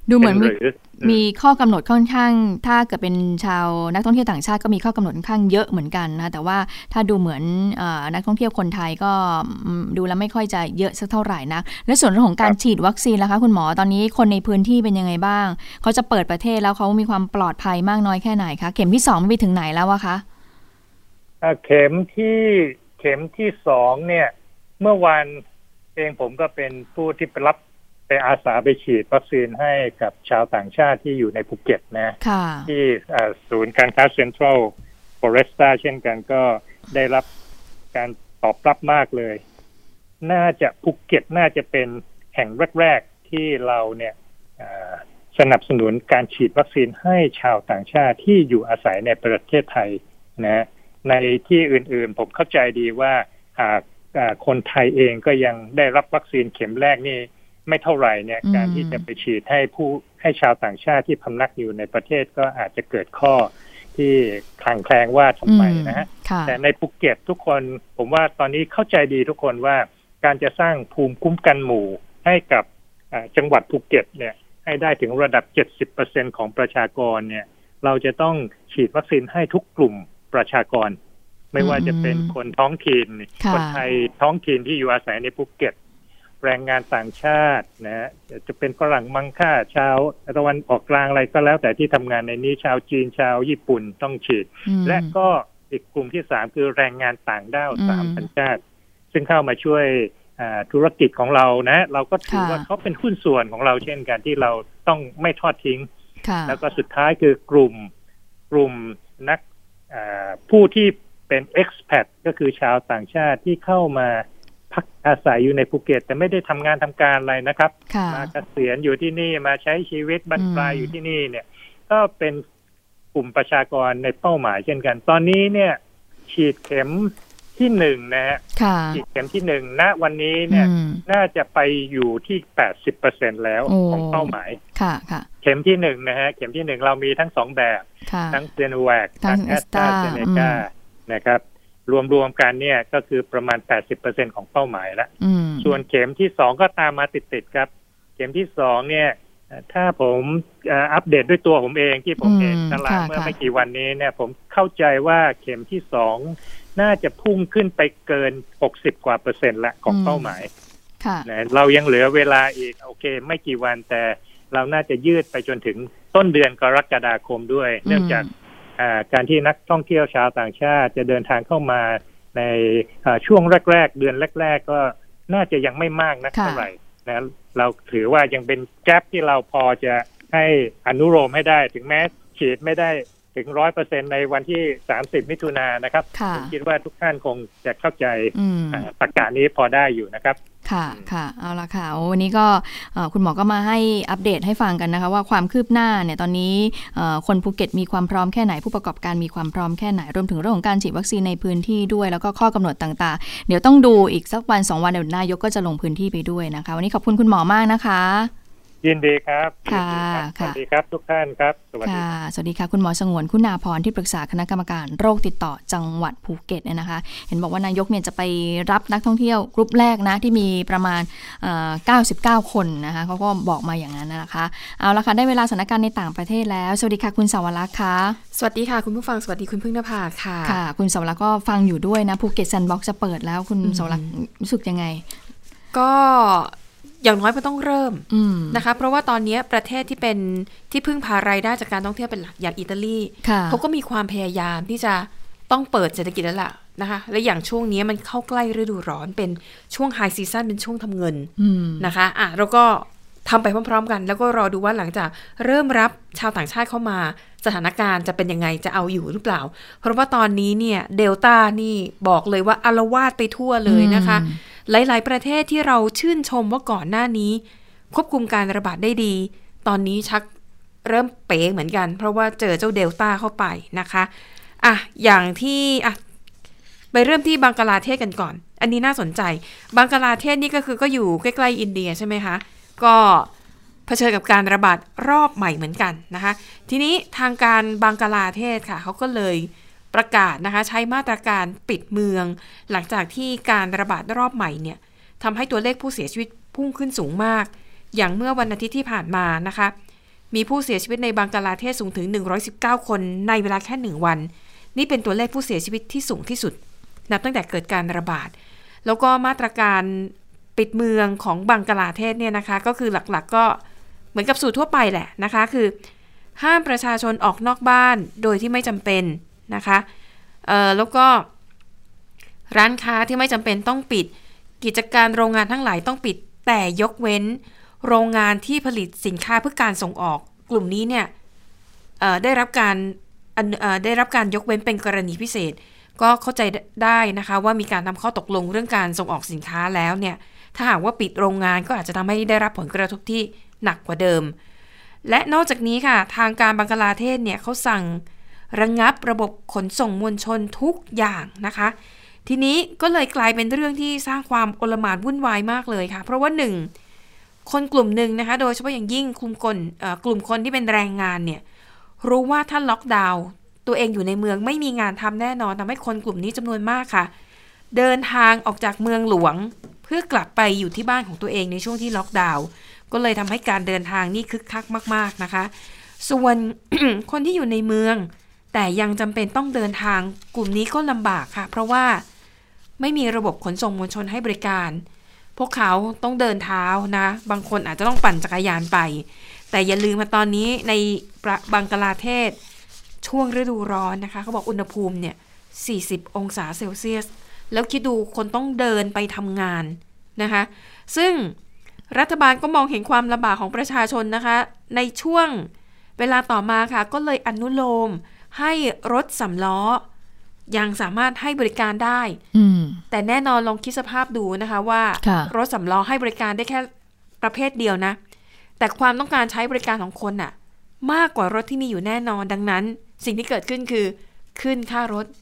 S2: ดูเหมือนมีข้อกำหนดค่อนข้างถ้าเกิดเป็นชาวนักท่องเที่ยวต่างชาติก็มีข้อกำหนดค่อนข้างเยอะเหมือนกันนะแต่ว่าถ้าดูเหมือนนักท่องเที่ยวคนไทยก็ดูแล้วไม่ค่อยจะเยอะสักเท่าไหร่นะและส่วนเรื่องของการฉีดวัคซีนล่ะคะคุณหมอตอนนี้คนในพื้นที่เป็นยังไงบ้างเขาจะเปิดประเทศแล้วเขามีความปลอดภัยมากน้อยแค่ไหนคะเข็มที่สองไปถึงไหนแล้ววะคะ
S8: เข็มที่เข็มที่สองเนี่ยเมื่อวานเองผมก็เป็นผู้ที่ไปรับไปอาสาไปฉีดวัคซีนให้กับชาวต่างชาติที่อยู่ในภูเก็ตนะที่ศูนย์การค้าเซ็นทรัลฟอเรสต้าเช่นกันก็ได้รับการตอบรับมากเลยน่าจะภูเก็ตน่าจะเป็นแห่งแรกๆที่เราเนี่ยสนับสนุนการฉีดวัคซีนให้ชาวต่างชาติที่อยู่อาศัยในประเทศไทยนะในที่อื่นๆผมเข้าใจดีว่าคนไทยเองก็ยังได้รับวัคซีนเข็มแรกนี่ไม่เท่าไหร่เนี่ยการที่จะไปฉีดให้ผู้ให้ชาวต่างชาติที่พำนักอยู่ในประเทศก็อาจจะเกิดข้อที่คลางแคลงว่าทำไมนะฮะแต่ในภูเก็ตทุกคนผมว่าตอนนี้เข้าใจดีทุกคนว่าการจะสร้างภูมิคุ้มกันหมู่ให้กับจังหวัดภูเก็ตเนี่ยให้ได้ถึงระดับ เจ็ดสิบเปอร์เซ็นต์ ของประชากรเนี่ยเราจะต้องฉีดวัคซีนให้ทุกกลุ่มประชากรไม่ว่าจะเป็นคนท้องถิ่นคนไทยท้องถิ่นที่อยู่อาศัยในภูเก็ตแรงงานต่างชาตินะจะเป็นฝรั่งมังค่าชาวตะวันออกกลางอะไรก็แล้วแต่ที่ทำงานในนี้ชาวจีนชาวญี่ปุ่นต้องฉีดและก็อีกกลุ่มที่สามคือแรงงานต่างด้าวสามสัญชาติซึ่งเข้ามาช่วยธุรกิจของเรานะเราก็ถือว่าเขาเป็นหุ้นส่วนของเราเช่นกันที่เราต้องไม่ทอดทิ้งแล้วก็สุดท้ายคือกลุ่มกลุ่มนักผู้ที่เป็น expat ก็คือชาวต่างชาติที่เข้ามาพักอาศัยอยู่ในภูเก็ตแต่ไม่ได้ทำงานทำการอะไรนะครับมาเกษียณอยู่ที่นี่มาใช้ชีวิตบรรปลายอยู่ที่นี่เนี่ยก็เป็นกลุ่มประชากรในเป้าหมายเช่นกันตอนนี้เนี่ยฉีดเข็มที่หนึ่งนะฮะฉีดเข็มที่หนึ่งณวันนี้เนี่ยน่าจะไปอยู่ที่ แปดสิบเปอร์เซ็นต์ แล้วของเป้าหมายเข็มที่หนึ่งนะฮะเข็มที่หนึ่งเรามีทั้งสองแบบทั้งเซโนแวคทั้งแอสตราเซเนกานะครับรวมๆกันเนี่ยก็คือประมาณ แปดสิบเปอร์เซ็นต์ ของเป้าหมายแล้วส่วนเข็มที่สองก็ตามมาติดๆครับเข็มที่สองเนี่ยถ้าผมอัปเดตด้วยตัวผมเองที่ผมเห็นตลาดเมื่อไม่กี่วันนี้เนี่ยผมเข้าใจว่าเข็มที่สองน่าจะพุ่งขึ้นไปเกินหกสิบกว่าเปอร์เซ็นต์ละของเป้าหมายนะเรายังเหลือเวลาอีกโอเคไม่กี่วันแต่เราน่าจะยืดไปจนถึงต้นเดือนกรกฎาคมด้วยเนื่องจากการที่นักท่องเที่ยวชาวต่างชาติจะเดินทางเข้ามาในช่วงแรกๆเดือนแรกๆก็น่าจะยังไม่มากนักเท่าไหร่นะเราถือว่ายังเป็นแกปที่เราพอจะให้อนุโลมให้ได้ถึงแม้ฉีดไม่ได้ถึง ร้อยเปอร์เซ็นต์ ในวันที่สามสิบมิถุนายนนะครับผมคิดว่าทุกท่านคงจะเข้าใจประกาศนี้พอได้อยู่นะครับ
S2: ค่ะค่ะเอาละค่ะวันนี้ก็คุณหมอก็มาให้อัปเดตให้ฟังกันนะคะว่าความคืบหน้าเนี่ยตอนนี้คนภูเก็ตมีความพร้อมแค่ไหนผู้ประกอบการมีความพร้อมแค่ไหนรวมถึงเรื่องของการฉีดวัคซีนในพื้นที่ด้วยแล้วก็ข้อกำหนดต่างๆเดี๋ยวต้องดูอีกสักวันสองวันเดี๋ยวนายกก็จะลงพื้นที่ไปด้วยนะคะวันนี้ขอบคุณคุณหมอมากนะคะ
S8: ยินดีครับ
S2: ค่ะ
S8: สวัสดีครับทุกท่านครับ
S2: สวัสดีค่ะสวัสดีค่ะคุณหมอสงวนคุณาพรที่ปรึกษาคณะกรรมการโรคติดต่อจังหวัดภูเก็ตเนี่ยนะคะเห็นบอกว่านายกเนี่ยจะไปรับนักท่องเที่ยวกลุ่มแรกนะที่มีประมาณเก้าสิบเก้าคนนะคะเขาก็บอกมาอย่างนั้นนะคะเอาละค่ะได้เวลาสถานการณ์ในต่างประเทศแล้วสวัสดีค่ะคุณสาวรักษ์ค่ะ
S9: สวัสดีค่ะคุณผู้ฟังสวัสดีคุณพึ่งนภาค่ะ
S2: ค่ะคุณสาวรักษ์ก็ฟังอยู่ด้วยนะภูเก็ตแซนด์บ็อกซ์จะเปิดแล้วคุณสาวรักษ์รู้สึกยังไง
S9: ก็อย่างน้อยมันต้องเริ่มนะคะเพราะว่าตอนนี้ประเทศที่เป็นที่พึ่งพารายได้จากการท่องเที่ยวเป็นหลักอย่างอิตาลีเขาก็มีความพยายามที่จะต้องเปิดเศรษฐกิจแล้วล่ะนะคะและอย่างช่วงนี้มันเข้าใกล้ฤดูร้อนเป็นช่วงไฮซีซั่นเป็นช่วงทำเงินนะคะอ่ะเราก็ทำไปพร้อมๆกันแล้วก็รอดูว่าหลังจากเริ่มรับชาวต่างชาติเข้ามาสถานการณ์จะเป็นยังไงจะเอาอยู่หรือเปล่าเพราะว่าตอนนี้เนี่ยเดลต้านี่บอกเลยว่าอาละวาดไปทั่วเลยนะคะหลายๆประเทศที่เราชื่นชมว่าก่อนหน้านี้ควบคุมการระบาดได้ดีตอนนี้ชักเริ่มเป๋เหมือนกันเพราะว่าเจอเจ้าเดลต้าเข้าไปนะคะอ่ะอย่างที่อ่ะไปเริ่มที่บังกลาเทศกันก่อนอันนี้น่าสนใจบังกลาเทศนี่ก็คือก็อยู่ใกล้ๆอินเดียใช่ไหมคะก็เผชิญกับการระบาดรอบใหม่เหมือนกันนะคะทีนี้ทางการบังกลาเทศค่ะเขาก็เลยประกาศนะคะใช้มาตรการปิดเมืองหลังจากที่การระบาดรอบใหม่เนี่ยทำให้ตัวเลขผู้เสียชีวิตพุ่งขึ้นสูงมากอย่างเมื่อวันอาทิตย์ที่ผ่านมานะคะมีผู้เสียชีวิตในบังกลาเทศสูงถึงหนึ่งร้อยสิบเก้าคนในเวลาแค่หนึ่งวันนี่เป็นตัวเลขผู้เสียชีวิตที่สูงที่สุดนับตั้งแต่เกิดการระบาดแล้วก็มาตรการปิดเมืองของบังกลาเทศเนี่ยนะคะก็คือหลักๆก็เหมือนกับสูตรทั่วไปแหละนะคะคือห้ามประชาชนออกนอกบ้านโดยที่ไม่จำเป็นนะคะเอ่อแล้วก็ร้านค้าที่ไม่จำเป็นต้องปิดกิจการโรงงานทั้งหลายต้องปิดแต่ยกเว้นโรงงานที่ผลิตสินค้าเพื่อการส่งออกกลุ่มนี้เนี่ยเอ่อได้รับการเอ่อได้รับการยกเว้นเป็นกรณีพิเศษก็เข้าใจได้นะคะว่ามีการทำข้อตกลงเรื่องการส่งออกสินค้าแล้วเนี่ยถ้าหากว่าปิดโรงงานก็อาจจะทำให้ได้รับผลกระทบที่หนักกว่าเดิมและนอกจากนี้ค่ะทางการบังกลาเทศเนี่ยเขาสั่งระงับระบบขนส่งมวลชนทุกอย่างนะคะทีนี้ก็เลยกลายเป็นเรื่องที่สร้างความโอลหม่านวุ่นวายมากเลยค่ะเพราะว่าหนึ่งคนกลุ่มหนึ่งนะคะโดยเฉพาะอย่างยิ่งกลุ่มคนกลุ่มคนที่เป็นแรงงานเนี่ยรู้ว่าถ้าล็อกดาวน์ตัวเองอยู่ในเมืองไม่มีงานทำแน่นอนทำให้คนกลุ่มนี้จำนวนมากค่ะเดินทางออกจากเมืองหลวงเพื่อกลับไปอยู่ที่บ้านของตัวเองในช่วงที่ล็อกดาวน์ก็เลยทำให้การเดินทางนี่คึกคักมากๆนะคะส่วน คนที่อยู่ในเมืองแต่ยังจำเป็นต้องเดินทางกลุ่มนี้ก็ลำบากค่ะเพราะว่าไม่มีระบบขนส่งมวลชนให้บริการพวกเขาต้องเดินเท้านะบางคนอาจจะต้องปั่นจักรยานไปแต่อย่าลืมมาตอนนี้ในบังกลาเทศช่วงฤดูร้อนนะคะเขาบอกอุณหภูมิเนี่ยสี่สิบองศาเซลเซียสแล้วคิดดูคนต้องเดินไปทำงานนะคะซึ่งรัฐบาลก็มองเห็นความลำบากของประชาชนนะคะในช่วงเวลาต่อมาค่ะก็เลยอนุโลมให้รถสำล้อยังสามารถให้บริการได้แต่แน่นอนลองคิดสภาพดูนะคะว่ารถสำล้อให้บริการได้แค่ประเภทเดียวนะแต่ความต้องการใช้บริการของคนน่ะมากกว่ารถที่มีอยู่แน่นอนดังนั้นสิ่งที่เกิดขึ้นคือขึ้นค่ารถ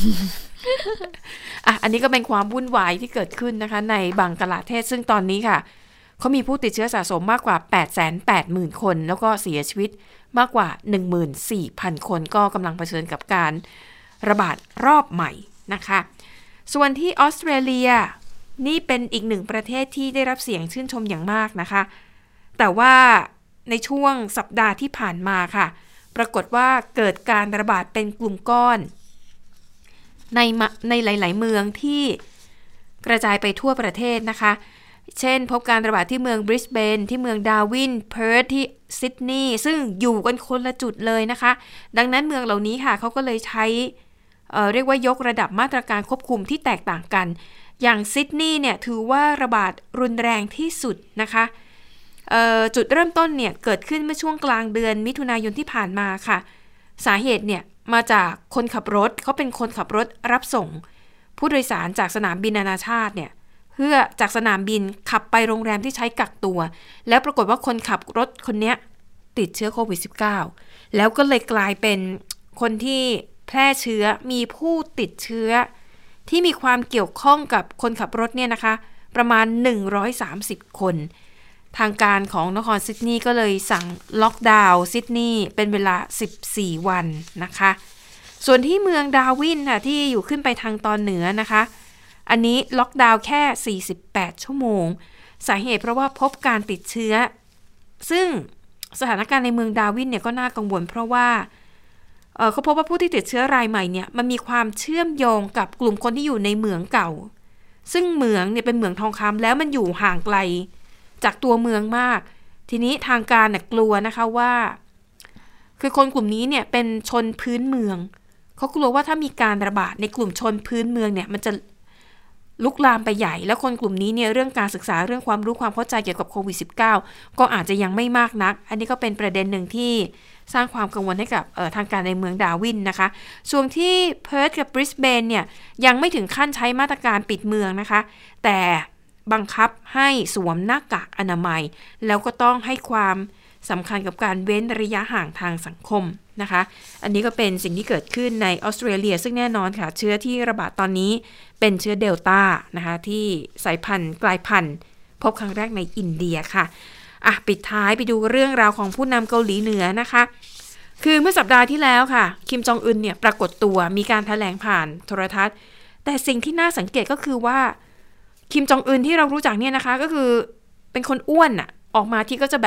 S9: อ่ะอันนี้ก็เป็นความวุ่นวายที่เกิดขึ้นนะคะในบังกลาเทศซึ่งตอนนี้ค่ะเขามีผู้ติดเชื้อสะสมมากกว่า แปดแสนแปดหมื่น คนแล้วก็เสียชีวิตมากกว่า หนึ่งหมื่นสี่พัน คนก็กำลังเผชิญกับการระบาดรอบใหม่นะคะส่วนที่ออสเตรเลียนี่เป็นอีกหนึ่งประเทศที่ได้รับเสียงชื่นชมอย่างมากนะคะแต่ว่าในช่วงสัปดาห์ที่ผ่านมาค่ะปรากฏว่าเกิดการระบาดเป็นกลุ่มก้อนในในหลายๆเมืองที่กระจายไปทั่วประเทศนะคะเช่นพบการระบาดที่เมืองบริสเบนที่เมืองดาร์วินเพิร์ธที่ซิดนีย์ซึ่งอยู่กันคนละจุดเลยนะคะดังนั้นเมืองเหล่านี้ค่ะเขาก็เลยใช้เอ่อเรียกว่ายกระดับมาตรการควบคุมที่แตกต่างกันอย่างซิดนีย์เนี่ยถือว่าระบาดรุนแรงที่สุดนะคะเอ่อจุดเริ่มต้นเนี่ยเกิดขึ้นเมื่อช่วงกลางเดือนมิถุนายนที่ผ่านมาค่ะสาเหตุเนี่ยมาจากคนขับรถเขาเป็นคนขับรถรับส่งผู้โดยสารจากสนามบินนานาชาติเนี่ยเพื่อจากสนามบินขับไปโรงแรมที่ใช้กักตัวแล้วปรากฏว่าคนขับรถคนนี้ติดเชื้อโควิด สิบเก้า แล้วก็เลยกลายเป็นคนที่แพร่เชื้อมีผู้ติดเชื้อที่มีความเกี่ยวข้องกับคนขับรถเนี่ยนะคะประมาณหนึ่งร้อยสามสิบคนทางการของนครซิดนีย์ก็เลยสั่งล็อกดาวน์ซิดนีย์เป็นเวลาสิบสี่วันนะคะส่วนที่เมืองดาร์วินค่ะที่อยู่ขึ้นไปทางตอนเหนือนะคะอันนี้ล็อกดาวน์แค่สี่สิบแปดชั่วโมงสาเหตุเพราะว่าพบการติดเชื้อซึ่งสถานการณ์ในเมืองดาร์วินเนี่ยก็น่ากังวลเพราะว่าเอ่อเขาพบว่าผู้ที่ติดเชื้อรายใหม่เนี่ยมันมีความเชื่อมโยงกับกลุ่มคนที่อยู่ในเหมืองเก่าซึ่งเหมืองเนี่ยเป็นเหมืองทองคำแล้วมันอยู่ห่างไกลจากตัวเมืองมากทีนี้ทางการเนี่ยกลัวนะคะว่าคือคนกลุ่มนี้เนี่ยเป็นชนพื้นเมืองเขากลัวว่าถ้ามีการระบาดในกลุ่มชนพื้นเมืองเนี่ยมันจะลุกลามไปใหญ่แล้วคนกลุ่มนี้เนี่ยเรื่องการศึกษาเรื่องความรู้ความเข้าใจเกี่ยวกับโควิด สิบเก้า ก็อาจจะยังไม่มากนักอันนี้ก็เป็นประเด็นหนึ่งที่สร้างความกังวลให้กับทางการในเมืองดาร์วินนะคะส่วนที่เพิร์ธกับบริสเบนเนี่ยยังไม่ถึงขั้นใช้มาตรการปิดเมืองนะคะแต่บังคับให้สวมหน้ากากอนามัยแล้วก็ต้องให้ความสำคัญกับการเว้นระยะห่างทางสังคมนะคะอันนี้ก็เป็นสิ่งที่เกิดขึ้นในออสเตรเลียซึ่งแน่นอนค่ะเชื้อที่ระบาดตอนนี้เป็นเชื้อเดลต้านะคะที่สายพันธุ์กลายพันธุ์พบครั้งแรกในอินเดียค่ะอ่ะปิดท้ายไปดูเรื่องราวของผู้นำเกาหลีเหนือนะคะคือเมื่อสัปดาห์ที่แล้วค่ะคิมจองอึนเนี่ยปรากฏตัวมีการแถลงผ่านโทรทัศน์แต่สิ่งที่น่าสังเกตก็คือว่าคิมจองอึนที่เรารู้จักเนี่ยนะคะก็คือเป็นคนอ้วนอะออกมาที่ก็จะแบบ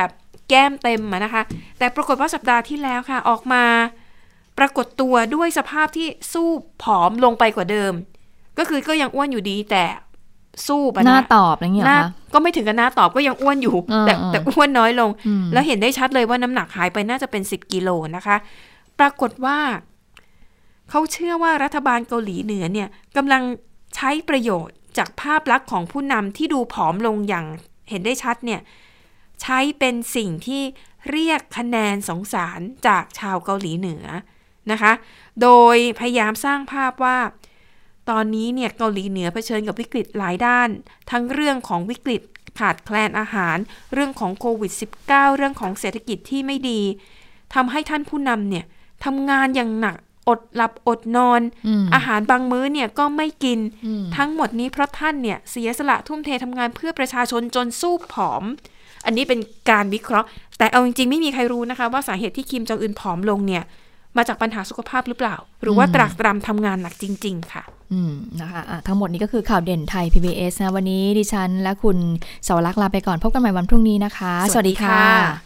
S9: แก้มเต็มนะคะแต่ปรากฏว่าสัปดาห์ที่แล้วค่ะออกมาปรากฏตัวด้วยสภาพที่สู้ผอมลงไปกว่าเดิมก็คือก็ยังอ้วนอยู่ดีแต่สู้ปะนะ
S2: หน้าตอบอะไรเงี้ยคะ
S9: ก็ไม่ถึงกับหน้าตอบก็ยังอ้วนอยู่แต่แต่อ้วนน้อยลงแล้วเห็นได้ชัดเลยว่าน้ำหนักหายไปน่าจะเป็นสิบกิโลนะคะปรากฏว่าเขาเชื่อว่ารัฐบาลเกาหลีเหนือเนี่ยกำลังใช้ประโยชน์จากภาพลักษณ์ของผู้นำที่ดูผอมลงอย่างเห็นได้ชัดเนี่ยใช้เป็นสิ่งที่เรียกคะแนนสงสารจากชาวเกาหลีเหนือนะคะโดยพยายามสร้างภาพว่าตอนนี้เนี่ยเกาหลีเหนือเผชิญกับวิกฤตหลายด้านทั้งเรื่องของวิกฤตขาดแคลนอาหารเรื่องของโควิด สิบเก้า เรื่องของเศรษฐกิจที่ไม่ดีทำให้ท่านผู้นำเนี่ยทำงานอย่างหนักอดหลับอดนอนอาหารบางมื้อเนี่ยก็ไม่กินทั้งหมดนี้เพราะท่านเนี่ยเสียสละทุ่มเททำงานเพื่อประชาชนจนสู้ผอมอันนี้เป็นการวิเคราะห์แต่เอาจริงๆไม่มีใครรู้นะคะว่าสาเหตุที่คิมจองอึนผอมลงเนี่ยมาจากปัญหาสุขภาพหรือเปล่าหรือว่าตรากตรำทำงานหนักจริงๆค่ะ
S2: อืมนะคะะทั้งหมดนี้ก็คือข่าวเด่นไทย พี บี เอส นะวันนี้ดิฉันและคุณสวรักษ์ลาไปก่อนพบกันใหม่วันพรุ่งนี้นะคะสวัสดีค่ะ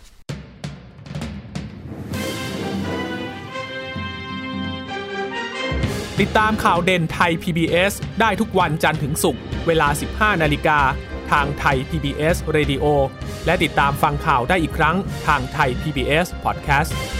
S1: ติดตามข่าวเด่นไทย พี บี เอส ได้ทุกวันจันทร์ถึงศุกร์เวลา สิบห้านาฬิกาทางไทย พี บี เอส Radio และติดตามฟังข่าวได้อีกครั้งทางไทย พี บี เอส Podcast